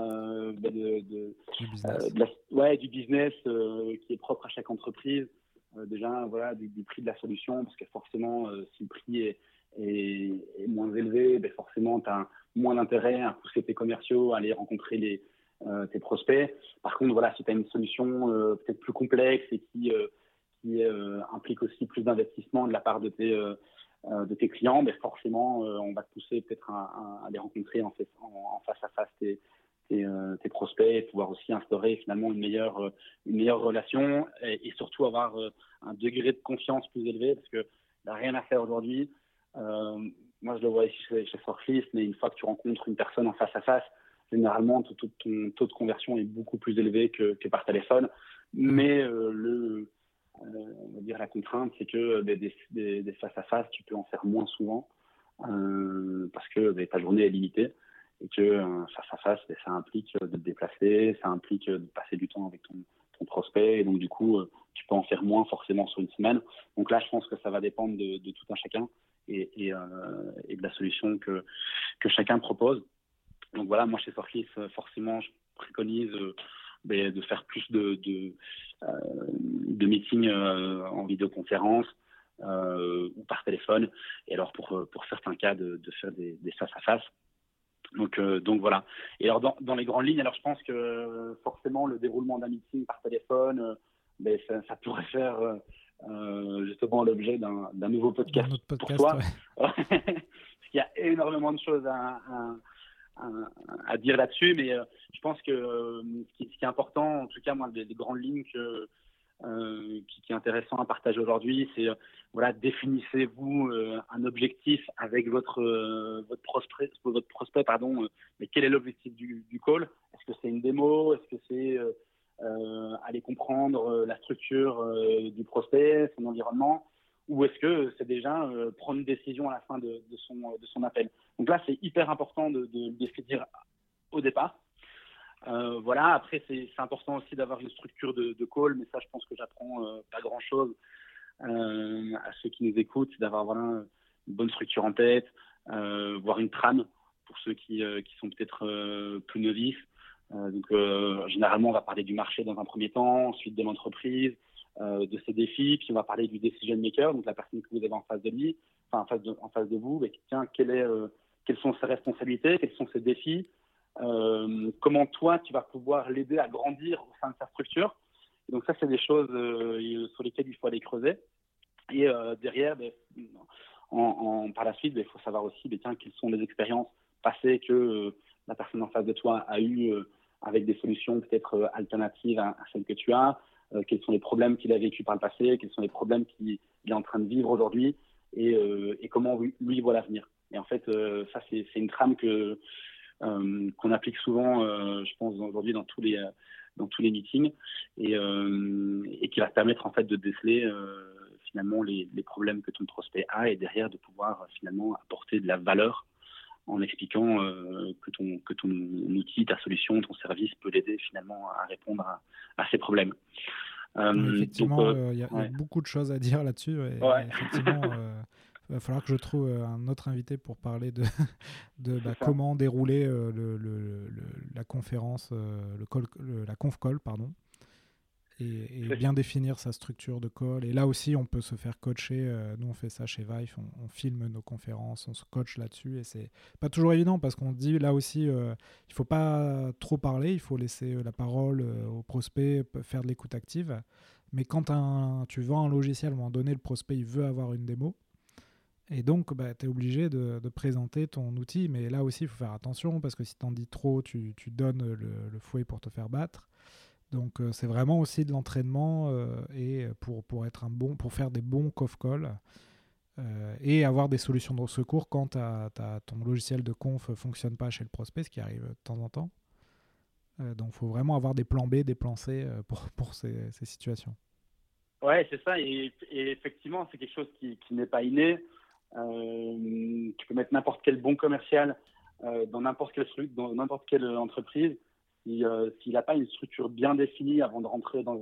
du business, du business qui est propre à chaque entreprise. Déjà, du prix de la solution, parce que forcément, si le prix est moins élevé, forcément, tu as moins d'intérêt à pousser tes commerciaux, à aller rencontrer tes prospects. Par contre, si tu as une solution peut-être plus complexe et qui implique aussi plus d'investissement de la part de tes clients, forcément, on va te pousser peut-être à les rencontrer en face à face tes prospects, et pouvoir aussi instaurer finalement une meilleure relation et surtout avoir un degré de confiance plus élevé, parce que il n'y a rien à faire aujourd'hui. Moi, je le vois ici chez Sortlist, mais une fois que tu rencontres une personne en face à face, généralement, ton taux de conversion est beaucoup plus élevé que par téléphone. Mais on va dire la contrainte, c'est que des face à face, tu peux en faire moins souvent parce que ta journée est limitée et que face à face, ça implique de te déplacer, ça implique de passer du temps avec ton prospect, et donc du coup, tu peux en faire moins forcément sur une semaine. Donc là, je pense que ça va dépendre de tout un chacun et de la solution que chacun propose. Donc voilà, moi chez Sortlist, forcément, je préconise de faire plus de meetings en vidéoconférence ou par téléphone, et alors pour certains cas de faire des face à face. Donc voilà. Et alors dans les grandes lignes, alors je pense que forcément le déroulement d'un meeting par téléphone, ça pourrait faire justement l'objet d'un nouveau podcast pour toi. Ouais. parce qu'il y a énormément de choses à dire là-dessus, mais je pense que ce qui est important, en tout cas moi, des grandes lignes qui est intéressant à partager aujourd'hui, c'est voilà, définissez-vous un objectif avec votre prospect pardon, mais quel est l'objectif du call? Est-ce que c'est une démo? Est-ce que c'est aller comprendre la structure du prospect, son environnement? Ou est-ce que c'est déjà prendre une décision à la fin de son appel? Donc là, c'est hyper important de le définir au départ. Voilà, après, c'est important aussi d'avoir une structure de call, mais ça, je pense que j'apprends pas grand-chose à ceux qui nous écoutent, c'est d'avoir voilà, une bonne structure en tête, voire une trame pour ceux qui sont peut-être plus novices. Donc, généralement, on va parler du marché dans un premier temps, ensuite de l'entreprise, de ses défis, puis on va parler du decision maker, donc la personne que vous avez en face de lui, enfin en face de vous. Mais tiens, quelles sont ses responsabilités, quels sont ses défis, comment toi tu vas pouvoir l'aider à grandir au sein de sa structure. Et donc ça, c'est des choses sur lesquelles il faut aller creuser. Et derrière, par la suite, il faut savoir aussi tiens, quelles sont les expériences passées que la personne en face de toi a eues avec des solutions peut-être alternatives à celles que tu as, quels sont les problèmes qu'il a vécu par le passé, quels sont les problèmes qu'il est en train de vivre aujourd'hui, et comment lui voit l'avenir. Et en fait, ça, c'est une trame qu'on applique souvent, je pense, aujourd'hui dans tous les meetings, et qui va te permettre en fait de déceler finalement les problèmes que ton prospect a, et derrière de pouvoir finalement apporter de la valeur en expliquant que ton outil, ta solution, ton service peut l'aider finalement à répondre à ces problèmes. Effectivement, il y a beaucoup de choses à dire là-dessus. Et effectivement, il va falloir que je trouve un autre invité pour parler de comment dérouler la conférence, la conf call, pardon, et bien définir sa structure de call. Et là aussi, on peut se faire coacher. Nous, on fait ça chez Vive, on filme nos conférences, on se coach là-dessus. Et c'est pas toujours évident parce qu'on dit là aussi, il faut pas trop parler, il faut laisser la parole au prospect, faire de l'écoute active. Mais quand tu vends un logiciel, à un moment donné, le prospect il veut avoir une démo. Et donc, tu es obligé de présenter ton outil. Mais là aussi, il faut faire attention parce que si tu en dis trop, tu donnes le fouet pour te faire battre. Donc, c'est vraiment aussi de l'entraînement et pour faire des bons conf calls et avoir des solutions de secours quand ton logiciel de conf ne fonctionne pas chez le prospect, ce qui arrive de temps en temps. Donc, il faut vraiment avoir des plans B, des plans C pour ces situations. Ouais, c'est ça. Et effectivement, c'est quelque chose qui n'est pas inné. Tu peux mettre n'importe quel bon commercial dans n'importe quel truc, dans n'importe quelle entreprise. S'il n'a pas une structure bien définie avant de rentrer dans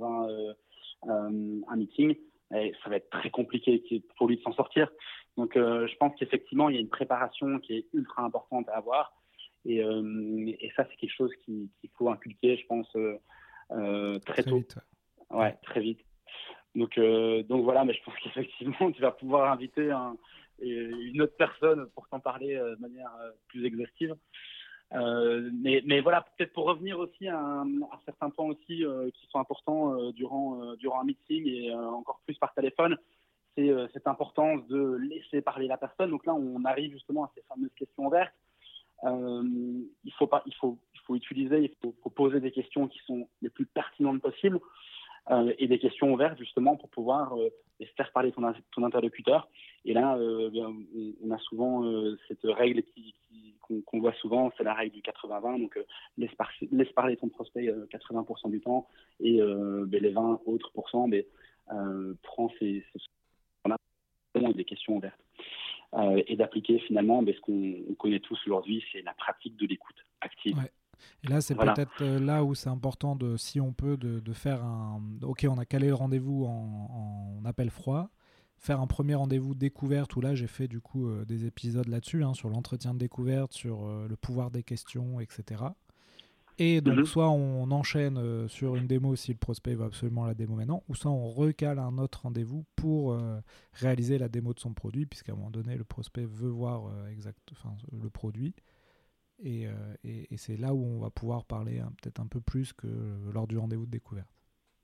un meeting, ça va être très compliqué pour lui de s'en sortir. Donc, je pense qu'effectivement, il y a une préparation qui est ultra importante à avoir. Et ça, c'est quelque chose qu'il faut inculquer, je pense, très tôt. Vite. Ouais, très vite. Donc voilà, mais je pense qu'effectivement, tu vas pouvoir inviter une autre personne pour t'en parler de manière plus exhaustive. Mais voilà, peut-être pour revenir aussi à certains points aussi qui sont importants durant un meeting et encore plus par téléphone, c'est cette importance de laisser parler la personne. Donc là, on arrive justement à ces fameuses questions ouvertes. Il faut utiliser, il faut poser des questions qui sont les plus pertinentes possibles et des questions ouvertes justement pour pouvoir faire parler ton interlocuteur. Et là, on a souvent cette règle qu'on voit souvent, c'est la règle du 80-20. Donc, laisse parler ton prospect 80% du temps et les 20 autres pourcents, prends des questions ouvertes. Et d'appliquer finalement ce qu'on connaît tous aujourd'hui, c'est la pratique de l'écoute active. Ouais. Et là, c'est peut-être là où c'est important, si on peut, de faire Ok, on a calé le rendez-vous en appel froid, faire un premier rendez-vous découverte où là, j'ai fait du coup des épisodes là-dessus, sur l'entretien de découverte, sur le pouvoir des questions, etc. Et donc, soit on enchaîne sur une démo si le prospect veut absolument la démo maintenant, ou soit on recale un autre rendez-vous pour réaliser la démo de son produit, puisqu'à un moment donné, le prospect veut voir le produit. Et c'est là où on va pouvoir parler peut-être un peu plus que lors du rendez-vous de découverte.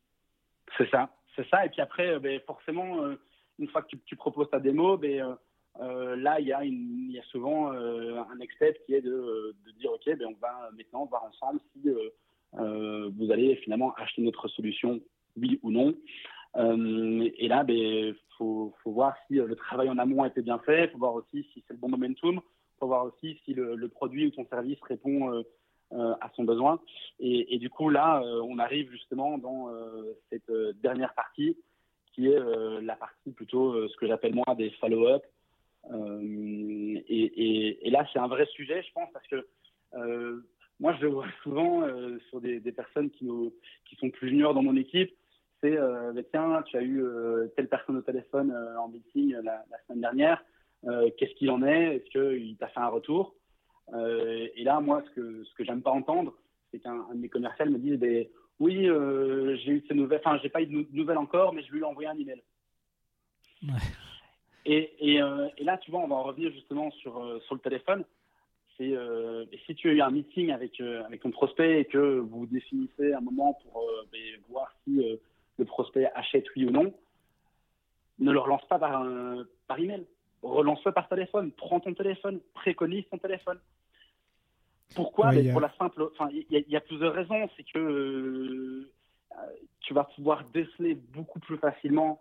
C'est ça. Et puis après, forcément, une fois que tu proposes ta démo, là, il y a souvent un next step qui est de dire, OK, ben, on va maintenant voir ensemble si vous allez finalement acheter notre solution, oui ou non. Et là, ben, faut voir si le travail en amont a été bien fait. Il faut voir aussi si c'est le bon momentum. Il faut voir aussi si le produit ou ton service répond à son besoin. Et du coup, là, on arrive justement dans cette dernière partie qui est la partie plutôt ce que j'appelle moi des follow-up. Et là, c'est un vrai sujet, je pense, parce que moi, je le vois souvent sur des personnes qui sont plus juniors dans mon équipe. C'est tiens, tu as eu telle personne au téléphone en meeting la semaine dernière. Qu'est-ce qu'il en est? Est-ce qu'il t'a fait un retour? Et là, moi, ce que j'aime pas entendre, c'est qu'un de mes commerciaux me dise oui, j'ai eu de ces nouvelles, enfin, j'ai pas eu de nouvelles encore, mais je lui ai envoyé un email. Ouais. Et là, tu vois, on va en revenir justement sur le téléphone. C'est si tu as eu un meeting avec ton prospect et que vous définissez un moment pour voir si le prospect achète oui ou non, ne le relance pas par email. Relance-le par téléphone. Prends ton téléphone. Préconise ton téléphone. Pourquoi? Ouais, Pour la simple. Enfin, il y a plusieurs raisons. C'est que tu vas pouvoir déceler beaucoup plus facilement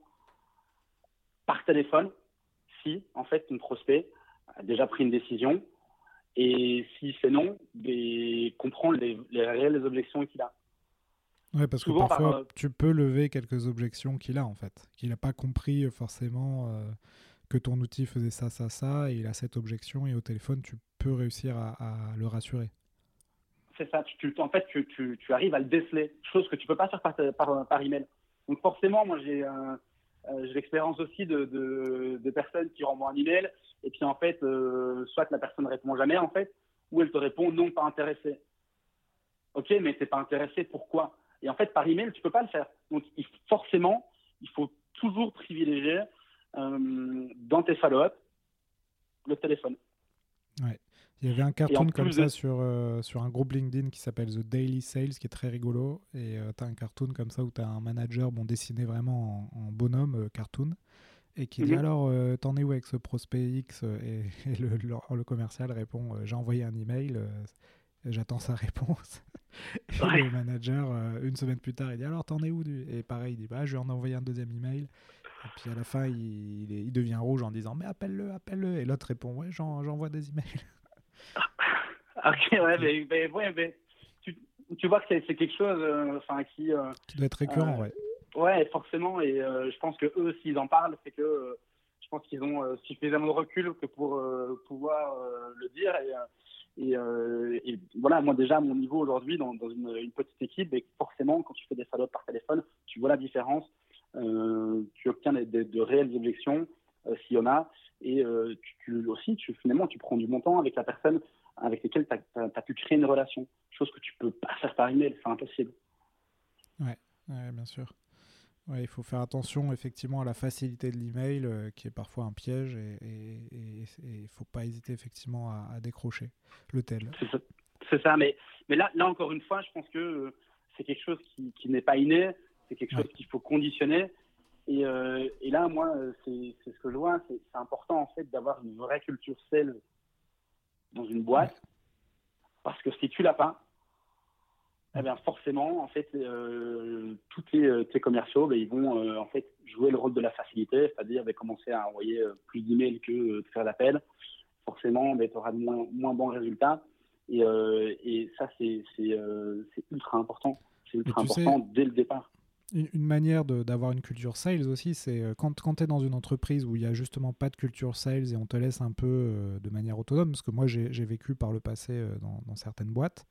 par téléphone si, en fait, ton prospect a déjà pris une décision. Et si c'est non, comprendre les réelles objections qu'il a. Ouais, parce Souvent que parfois, tu peux lever quelques objections qu'il a, en fait. Qu'il n'a pas compris forcément que ton outil faisait ça, ça, ça, et il a cette objection, et au téléphone, tu peux réussir à le rassurer. C'est ça, en fait, tu arrives à le déceler, chose que tu ne peux pas faire par email. Donc forcément, moi, j'ai l'expérience aussi de personnes qui renvoient un email, et puis en fait, soit la personne ne répond jamais, en fait, ou elle te répond non, pas intéressé. Ok, mais tu n'es pas intéressé, pourquoi? Et en fait, par email, tu ne peux pas le faire. Donc forcément, il faut toujours privilégier dans tes follow-up le téléphone. Ouais. Il y avait un cartoon comme ça sur un groupe LinkedIn qui s'appelle The Daily Sales, qui est très rigolo. Et tu as un cartoon comme ça où tu as un manager dessiné vraiment en bonhomme cartoon et qui dit alors, t'en es où avec ce prospect X? Et le commercial répond j'ai envoyé un email, j'attends sa réponse. Et le manager, une semaine plus tard, il dit alors, t'en es où? Et pareil, il dit je vais en envoyer un deuxième email. Et puis à la fin, il devient rouge en disant mais appelle-le, appelle-le. Et l'autre répond ouais, j'envoie des emails. Ok, ouais, mais tu vois que c'est quelque chose qui doit être récurrent, ouais. Ouais, forcément. Et je pense que eux, s'ils en parlent, c'est que je pense qu'ils ont suffisamment de recul que pour pouvoir le dire. Et voilà, moi déjà, à mon niveau aujourd'hui, dans une petite équipe, et forcément, quand tu fais des follow-up par téléphone, tu vois la différence. Tu obtiens de réelles objections, s'il y en a. Et finalement, tu prends du bon temps avec la personne avec lesquelles tu as pu créer une relation. Chose que tu peux pas faire par email, c'est impossible. Ouais, bien sûr. Ouais, il faut faire attention effectivement à la facilité de l'email qui est parfois un piège et il ne faut pas hésiter effectivement à décrocher le tel. C'est ça, mais là encore une fois, je pense que c'est quelque chose qui n'est pas inné, c'est quelque chose qu'il faut conditionner. Et là, moi, c'est ce que je vois, c'est important en fait d'avoir une vraie culture sales dans une boîte, parce que si tu l'as pas, eh bien forcément, en fait, tous tes commerciaux, ils vont en fait jouer le rôle de la facilité, c'est-à-dire commencer à envoyer plus d'emails que de faire d'appels. Forcément, tu auras de moins bons résultats. Et ça, c'est ultra important. C'est ultra important dès le départ. Une manière d'avoir une culture sales aussi, c'est quand tu es dans une entreprise où il n'y a justement pas de culture sales et on te laisse un peu de manière autonome, parce que moi j'ai vécu par le passé dans certaines boîtes,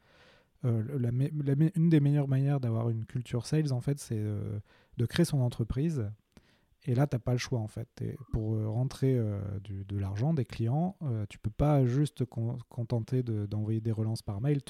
une des meilleures manières d'avoir une culture sales, en fait, c'est de créer son entreprise. Et là, tu n'as pas le choix, en fait. Pour rentrer de l'argent des clients, tu peux pas juste contenter d'envoyer des relances par mail.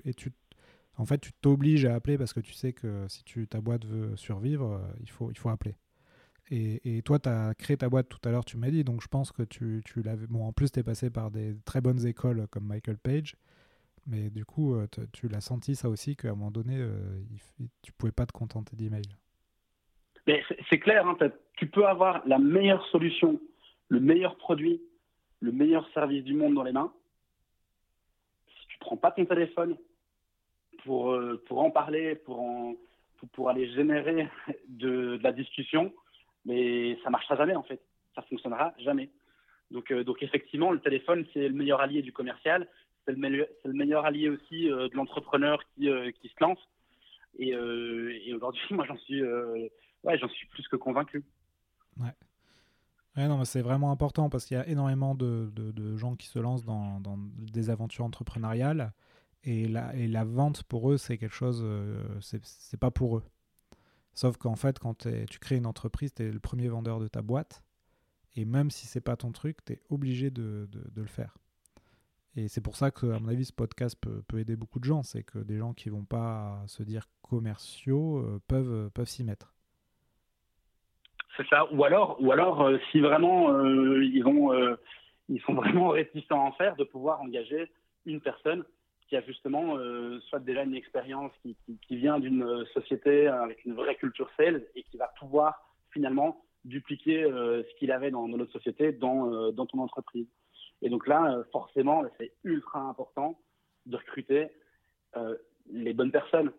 En fait, tu t'obliges à appeler parce que tu sais que si ta boîte veut survivre, il faut appeler. Et toi, tu as créé ta boîte tout à l'heure, tu m'as dit, donc je pense que tu l'avais... Bon, en plus, tu es passé par des très bonnes écoles comme Michael Page. Mais du coup, tu l'as senti ça aussi, qu'à un moment donné, tu pouvais pas te contenter d'email. Mais c'est clair, hein, tu peux avoir la meilleure solution, le meilleur produit, le meilleur service du monde dans les mains, si tu prends pas ton téléphone pour en parler, pour aller générer de la discussion, mais ça marchera jamais en fait. Ça fonctionnera jamais. Donc effectivement, le téléphone, c'est le meilleur allié du commercial, c'est le meilleur allié aussi de l'entrepreneur qui se lance. Et aujourd'hui, moi, j'en suis plus que convaincu. Ouais. Ouais, non, mais c'est vraiment important parce qu'il y a énormément de gens qui se lancent dans des aventures entrepreneuriales et la vente pour eux, c'est quelque chose, c'est pas pour eux. Sauf qu'en fait, quand tu crées une entreprise, tu es le premier vendeur de ta boîte et même si c'est pas ton truc, tu es obligé de le faire. Et c'est pour ça que, à mon avis, ce podcast peut aider beaucoup de gens. C'est que des gens qui vont pas se dire commerciaux peuvent s'y mettre. C'est ça. Ou alors si vraiment ils sont vraiment réticents à en faire, de pouvoir engager une personne qui a justement soit déjà une expérience qui vient d'une société avec une vraie culture sales et qui va pouvoir finalement dupliquer ce qu'il avait dans notre société dans ton entreprise. Et donc là, forcément, c'est ultra important de recruter les bonnes personnes.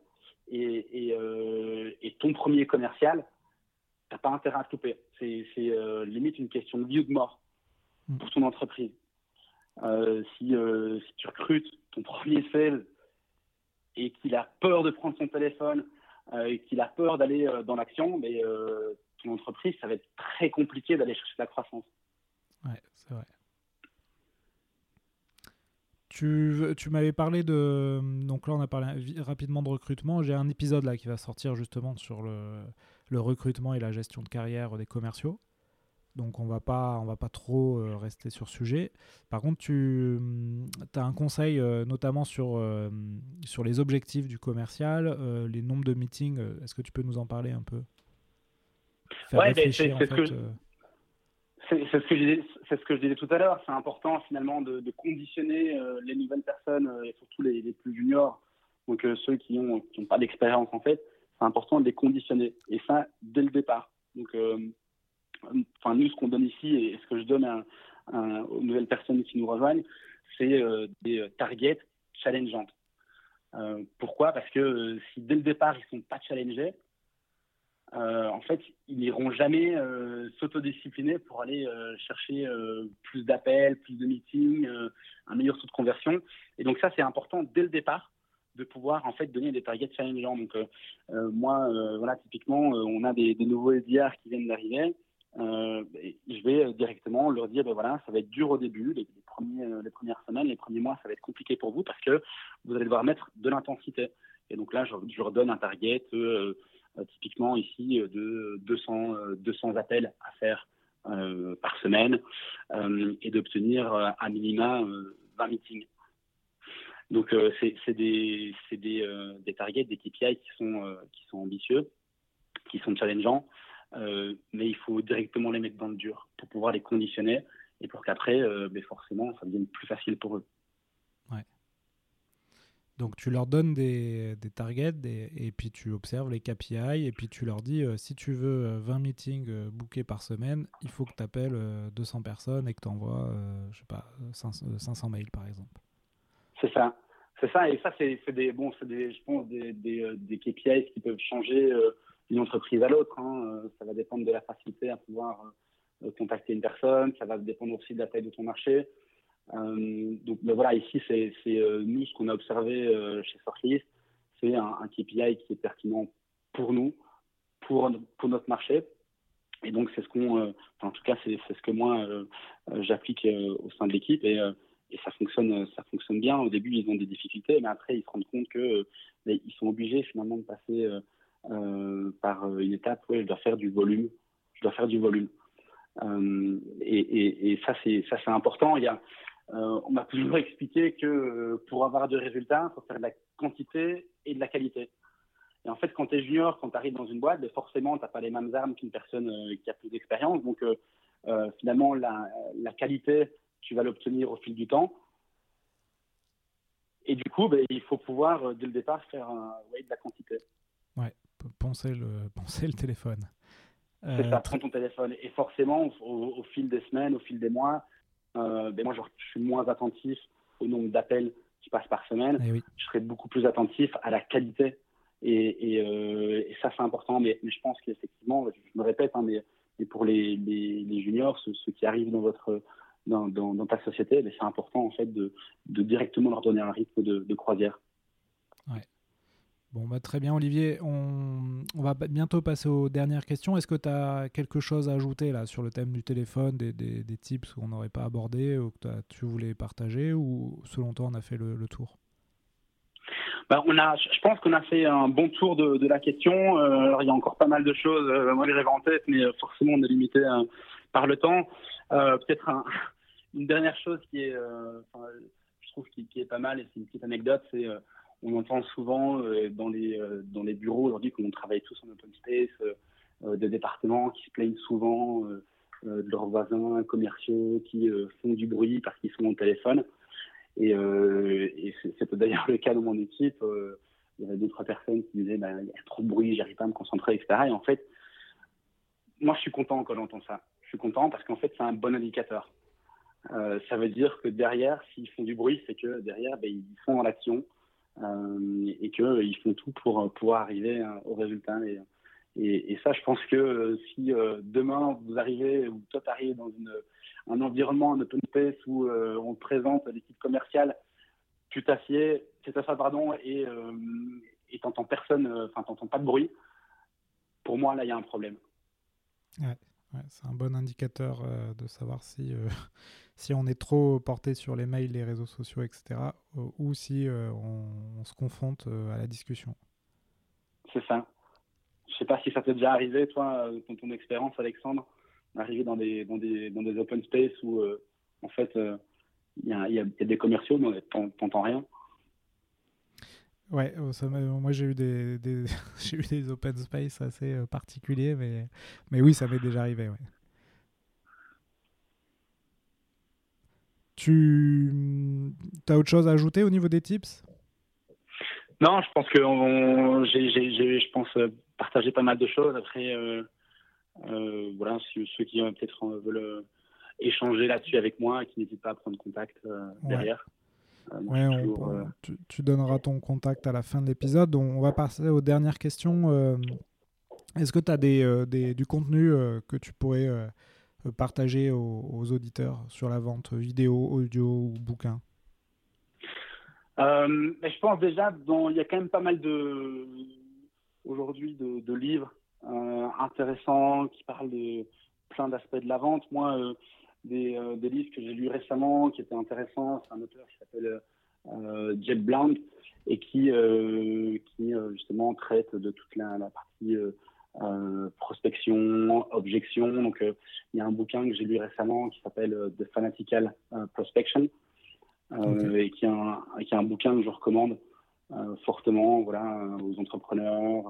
Et ton premier commercial, tu n'as pas intérêt à te couper. C'est limite une question de vie ou de mort pour ton entreprise. Si tu recrutes ton premier sales et qu'il a peur de prendre son téléphone et qu'il a peur d'aller dans l'action, mais ton entreprise, ça va être très compliqué d'aller chercher de la croissance. Ouais, c'est vrai. Tu m'avais parlé de... Donc là, on a parlé rapidement de recrutement. J'ai un épisode là qui va sortir justement sur le recrutement et la gestion de carrière des commerciaux. Donc on va pas trop rester sur ce sujet. Par contre, tu as un conseil notamment sur les objectifs du commercial, les nombres de meetings. Est-ce que tu peux nous en parler un peu? Faire réfléchir c'est ce que je disais tout à l'heure. C'est important finalement de conditionner les nouvelles personnes et surtout les plus juniors, donc ceux qui n'ont pas d'expérience en fait. C'est important de les conditionner et ça dès le départ. Donc nous, ce qu'on donne ici et ce que je donne aux nouvelles personnes qui nous rejoignent, c'est des targets challengeantes. Pourquoi? Parce que si dès le départ ils sont pas challengés, en fait, ils n'iront jamais s'autodiscipliner pour aller chercher plus d'appels, plus de meetings, un meilleur taux de conversion. Et donc ça, c'est important dès le départ de pouvoir en fait donner des targets challengeants. Donc moi, voilà, typiquement, on a des nouveaux SDR qui viennent d'arriver. Je vais directement leur dire, ben voilà, ça va être dur au début, les premières semaines, les premiers mois, ça va être compliqué pour vous parce que vous allez devoir mettre de l'intensité. Et donc là, je leur donne un target typiquement ici de 200 appels à faire par semaine et d'obtenir à minima 20 meetings. Donc c'est des targets, des KPI qui sont ambitieux, qui sont challengeants, mais il faut directement les mettre dans le dur pour pouvoir les conditionner et pour qu'après, forcément, ça devienne plus facile pour eux. Ouais. Donc tu leur donnes des targets et puis tu observes les KPI et puis tu leur dis si tu veux 20 meetings bookés par semaine, il faut que tu appelles 200 personnes et que tu envoies, 500 mails par exemple. C'est ça. Et ça, c'est je pense, des KPIs qui peuvent changer d'une entreprise à l'autre. Hein. Ça va dépendre de la facilité à pouvoir contacter une personne. Ça va dépendre aussi de la taille de ton marché. Donc voilà, ici, c'est nous, ce qu'on a observé chez Sortlist, c'est un KPI qui est pertinent pour nous, pour notre marché. Et donc, c'est ce qu'on, en tout cas, c'est ce que moi, j'applique au sein de l'équipe. Et ça fonctionne bien. Au début, ils ont des difficultés, mais après, ils se rendent compte qu'ils sont obligés finalement de passer par une étape où je dois faire du volume. Et ça, c'est important. On m'a toujours expliqué que pour avoir de résultats, il faut faire de la quantité et de la qualité. Et en fait, quand tu es junior, quand tu arrives dans une boîte, forcément, tu n'as pas les mêmes armes qu'une personne qui a plus d'expérience. Donc, finalement, la qualité, tu vas l'obtenir au fil du temps. Et du coup, il faut pouvoir, dès le départ, faire de la quantité. Ouais, poncer le téléphone. C'est ça, prends ton téléphone. Et forcément, au fil des semaines, au fil des mois, moi, je suis moins attentif au nombre d'appels qui passent par semaine. Eh oui. Je serai beaucoup plus attentif à la qualité. Et ça, c'est important. Mais je pense qu'effectivement, je me répète, hein, mais pour les juniors, ceux qui arrivent dans ta société, c'est important en fait de directement leur donner un rythme de croisière. Ouais. Bon, très bien, Olivier. On va bientôt passer aux dernières questions. Est-ce que tu as quelque chose à ajouter là, sur le thème du téléphone, des tips qu'on n'aurait pas abordés ou que tu voulais partager, ou selon toi, on a fait le tour? Je pense qu'on a fait un bon tour de la question. Alors, il y a encore pas mal de choses, moi, que j'avais en tête, mais forcément, on est limité par le temps. Peut-être une dernière chose qui est, je trouve, qui est pas mal, et c'est une petite anecdote, c'est on entend souvent dans les bureaux aujourd'hui, comme on travaille tous en open space, des départements qui se plaignent souvent de leurs voisins commerciaux qui font du bruit parce qu'ils sont au téléphone. Et c'était d'ailleurs le cas dans mon équipe. Il y avait d'autres personnes qui disaient il y a trop de bruit, j'arrive pas à me concentrer, etc. Et en fait, moi, je suis content quand j'entends ça. Je suis content parce qu'en fait, c'est un bon indicateur. Ça veut dire que derrière, s'ils font du bruit, c'est que derrière, ils sont dans l'action et qu'ils font tout pour pouvoir arriver au résultat. Et ça, je pense que si demain, vous arrivez, ou toi, tu arrives dans un environnement, un open space où on te présente l'équipe commerciale, tu t'assieds, et t'entends personne, t'entends pas de bruit, pour moi, là, il y a un problème. Ouais, c'est un bon indicateur de savoir si, si on est trop porté sur les mails, les réseaux sociaux, etc., ou si on se confronte à la discussion. C'est ça. Je sais pas si ça t'est déjà arrivé, toi, dans ton expérience, Alexandre, d'arriver dans des open space où, en fait, il y a des commerciaux, mais t'entends rien. Ouais, moi j'ai eu j'ai eu des open space assez particuliers, mais oui, ça m'est déjà arrivé. Ouais. Tu as autre chose à ajouter au niveau des tips? Non, je pense que je pense partager pas mal de choses. Après, voilà, ceux qui peut-être veulent échanger là-dessus avec moi, qui n'hésitent pas à prendre contact Ouais. derrière. Ouais, tu donneras ton contact à la fin de l'épisode. On va passer aux dernières questions. Est-ce que tu as du contenu que tu pourrais partager aux auditeurs sur la vente vidéo, audio ou bouquin? Mais je pense déjà, il y a quand même pas mal aujourd'hui de livres intéressants qui parlent de plein d'aspects de la vente. Moi, des livres que j'ai lus récemment qui étaient intéressants, c'est un auteur qui s'appelle Jeb Blount et qui justement traite de toute la partie prospection, objection. Donc, il y a un bouquin que j'ai lu récemment qui s'appelle The Fanatical Prospection. Okay. Et qui est un bouquin que je recommande fortement, voilà, aux entrepreneurs,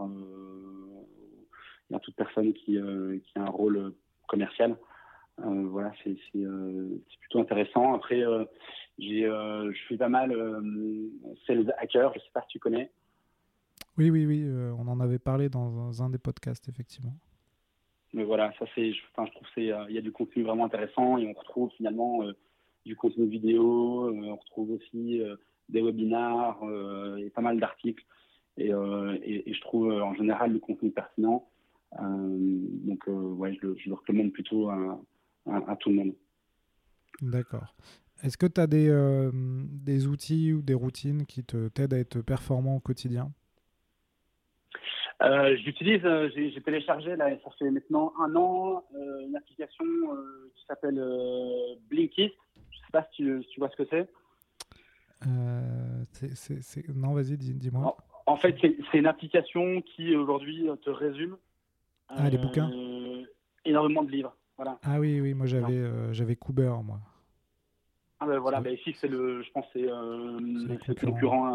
à toute personne qui a un rôle commercial. Voilà, c'est plutôt intéressant. Après, je suis pas mal Sales Hacker, je sais pas si tu connais. Oui, on en avait parlé dans un des podcasts, effectivement. Mais voilà, ça je trouve il y a du contenu vraiment intéressant et on retrouve finalement du contenu vidéo, on retrouve aussi des webinars et pas mal d'articles. Et je trouve en général le contenu pertinent. Donc, ouais, je le recommande plutôt à tout le monde. D'accord. Est-ce que tu as des outils ou des routines qui t'aident à être performant au quotidien? J'utilise, j'ai téléchargé, là, ça fait maintenant 1 an, une application qui s'appelle Blinkist. Je ne sais pas si tu vois ce que c'est. Non, vas-y, dis-moi. En fait, c'est une application qui aujourd'hui te résume Les bouquins. énormément de livres. Voilà. Ah oui, moi j'avais Cooper, moi. Ah ben voilà, ici je pense c'est le concurrent,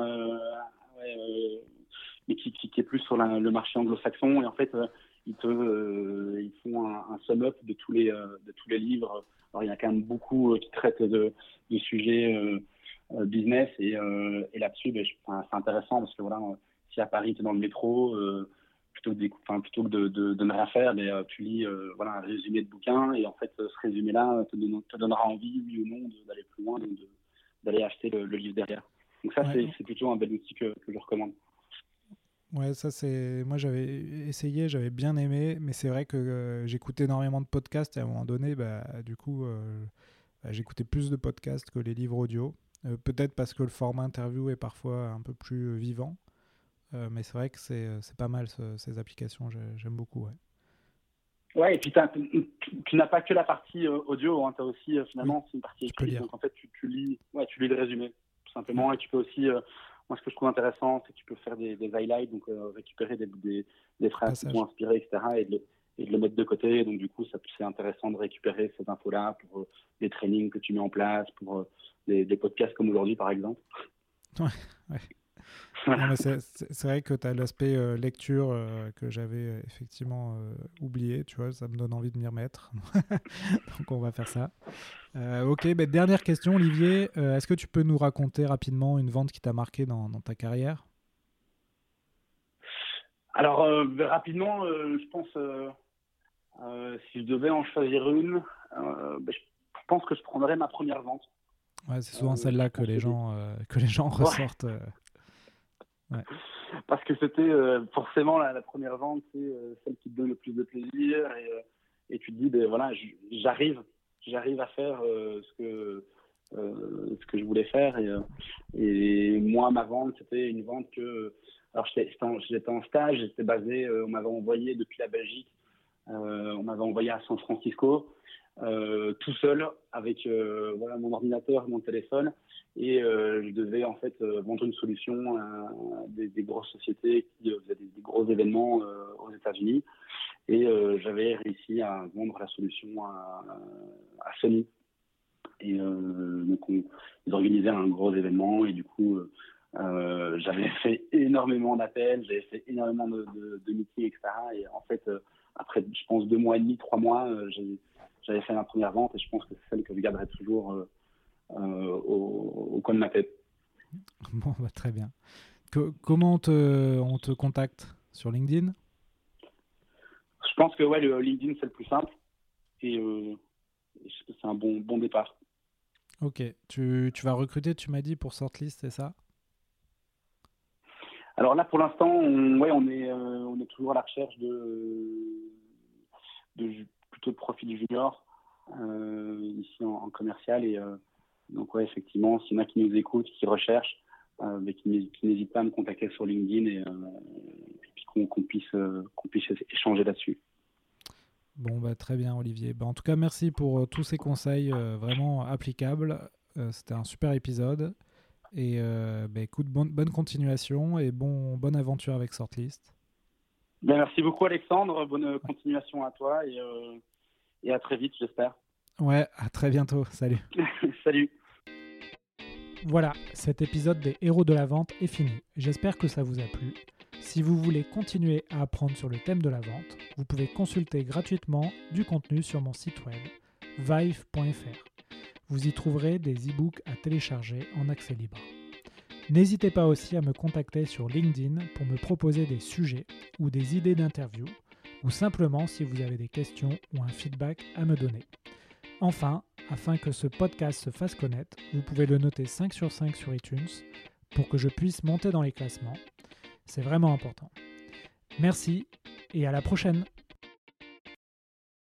mais qui est plus sur le marché anglo-saxon. Et en fait, ils font un sum-up de tous les livres. Alors il y en a quand même beaucoup qui traitent de sujets business et là-dessus, c'est intéressant parce que voilà, si à Paris tu es dans le métro, plutôt que de ne rien faire, mais tu lis un résumé de bouquin, et en fait, ce résumé-là te donnera envie, oui ou non, d'aller plus loin, d'aller acheter le livre derrière. Donc ça, c'est plutôt un bel outil que je recommande. Ouais, ça c'est. Moi j'avais essayé, j'avais bien aimé, mais c'est vrai que j'écoutais énormément de podcasts et à un moment donné, du coup, j'écoutais plus de podcasts que les livres audio. Peut-être parce que le format interview est parfois un peu plus vivant, mais c'est vrai que c'est pas mal ces applications, j'aime beaucoup. Ouais. Ouais, et puis tu n'as pas que la partie audio, hein, tu as aussi finalement c'est une partie écrite, donc en fait tu lis le résumé tout simplement, et tu peux aussi moi, ce que je trouve intéressant, c'est que tu peux faire des highlights, donc récupérer des phrases qui t'ont inspiré, etc., et de le mettre de côté. Donc, du coup, c'est intéressant de récupérer ces infos-là pour des trainings que tu mets en place, pour des podcasts comme aujourd'hui, par exemple. Ouais. Non, mais c'est vrai que tu as l'aspect lecture que j'avais effectivement oublié, tu vois, ça me donne envie de m'y remettre. Donc, on va faire ça. Ok, dernière question, Olivier. Est-ce que tu peux nous raconter rapidement une vente qui t'a marqué dans ta carrière ? Alors, rapidement, je pense, si je devais en choisir une, je pense que je prendrais ma première vente. Ouais, c'est souvent celle-là que les gens ressortent. Ouais. Parce que c'était forcément la première vente, c'est celle qui te donne le plus de plaisir, et tu te dis, voilà, j'arrive à faire ce que je voulais faire, et moi, ma vente, c'était une vente que, alors j'étais en stage, j'étais basé, on m'avait envoyé depuis la Belgique, on m'avait envoyé à San Francisco, tout seul, avec mon ordinateur et mon téléphone, et je devais en fait vendre une solution à des grosses sociétés qui faisaient des gros événements aux États-Unis, et j'avais réussi à vendre la solution à Sony. Et donc ils organisaient un gros événement, et du coup j'avais fait énormément d'appels, j'avais fait énormément de meetings, etc. Et en fait après, je pense 2 mois et demi, 3 mois, j'avais fait ma première vente, et je pense que c'est celle que je garderai toujours au coin de ma tête. Bon, très bien. Comment on te contacte sur LinkedIn ? Je pense que le LinkedIn, c'est le plus simple, et c'est un bon départ. Ok. Tu vas recruter, tu m'as dit, pour Sortlist, c'est ça ? Alors là, pour l'instant, on est toujours à la recherche plutôt de profils juniors ici en commercial, et donc effectivement, s'il y en a qui nous écoutent, qui recherchent, mais qui n'hésitent pas à me contacter sur LinkedIn, et puis qu'on puisse échanger là-dessus. Bon, très bien, Olivier. En tout cas, merci pour tous ces conseils vraiment applicables. C'était un super épisode. Et écoute, bonne continuation et bonne aventure avec Sortlist. Merci beaucoup, Alexandre. Bonne continuation à toi, et à très vite, j'espère. Ouais, à très bientôt. Salut. Salut. Voilà, cet épisode des Héros de la Vente est fini. J'espère que ça vous a plu. Si vous voulez continuer à apprendre sur le thème de la vente, vous pouvez consulter gratuitement du contenu sur mon site web, vive.fr. Vous y trouverez des e-books à télécharger en accès libre. N'hésitez pas aussi à me contacter sur LinkedIn pour me proposer des sujets ou des idées d'interview, ou simplement si vous avez des questions ou un feedback à me donner. Enfin, afin que ce podcast se fasse connaître, vous pouvez le noter 5 sur 5 sur iTunes pour que je puisse monter dans les classements. C'est vraiment important. Merci et à la prochaine!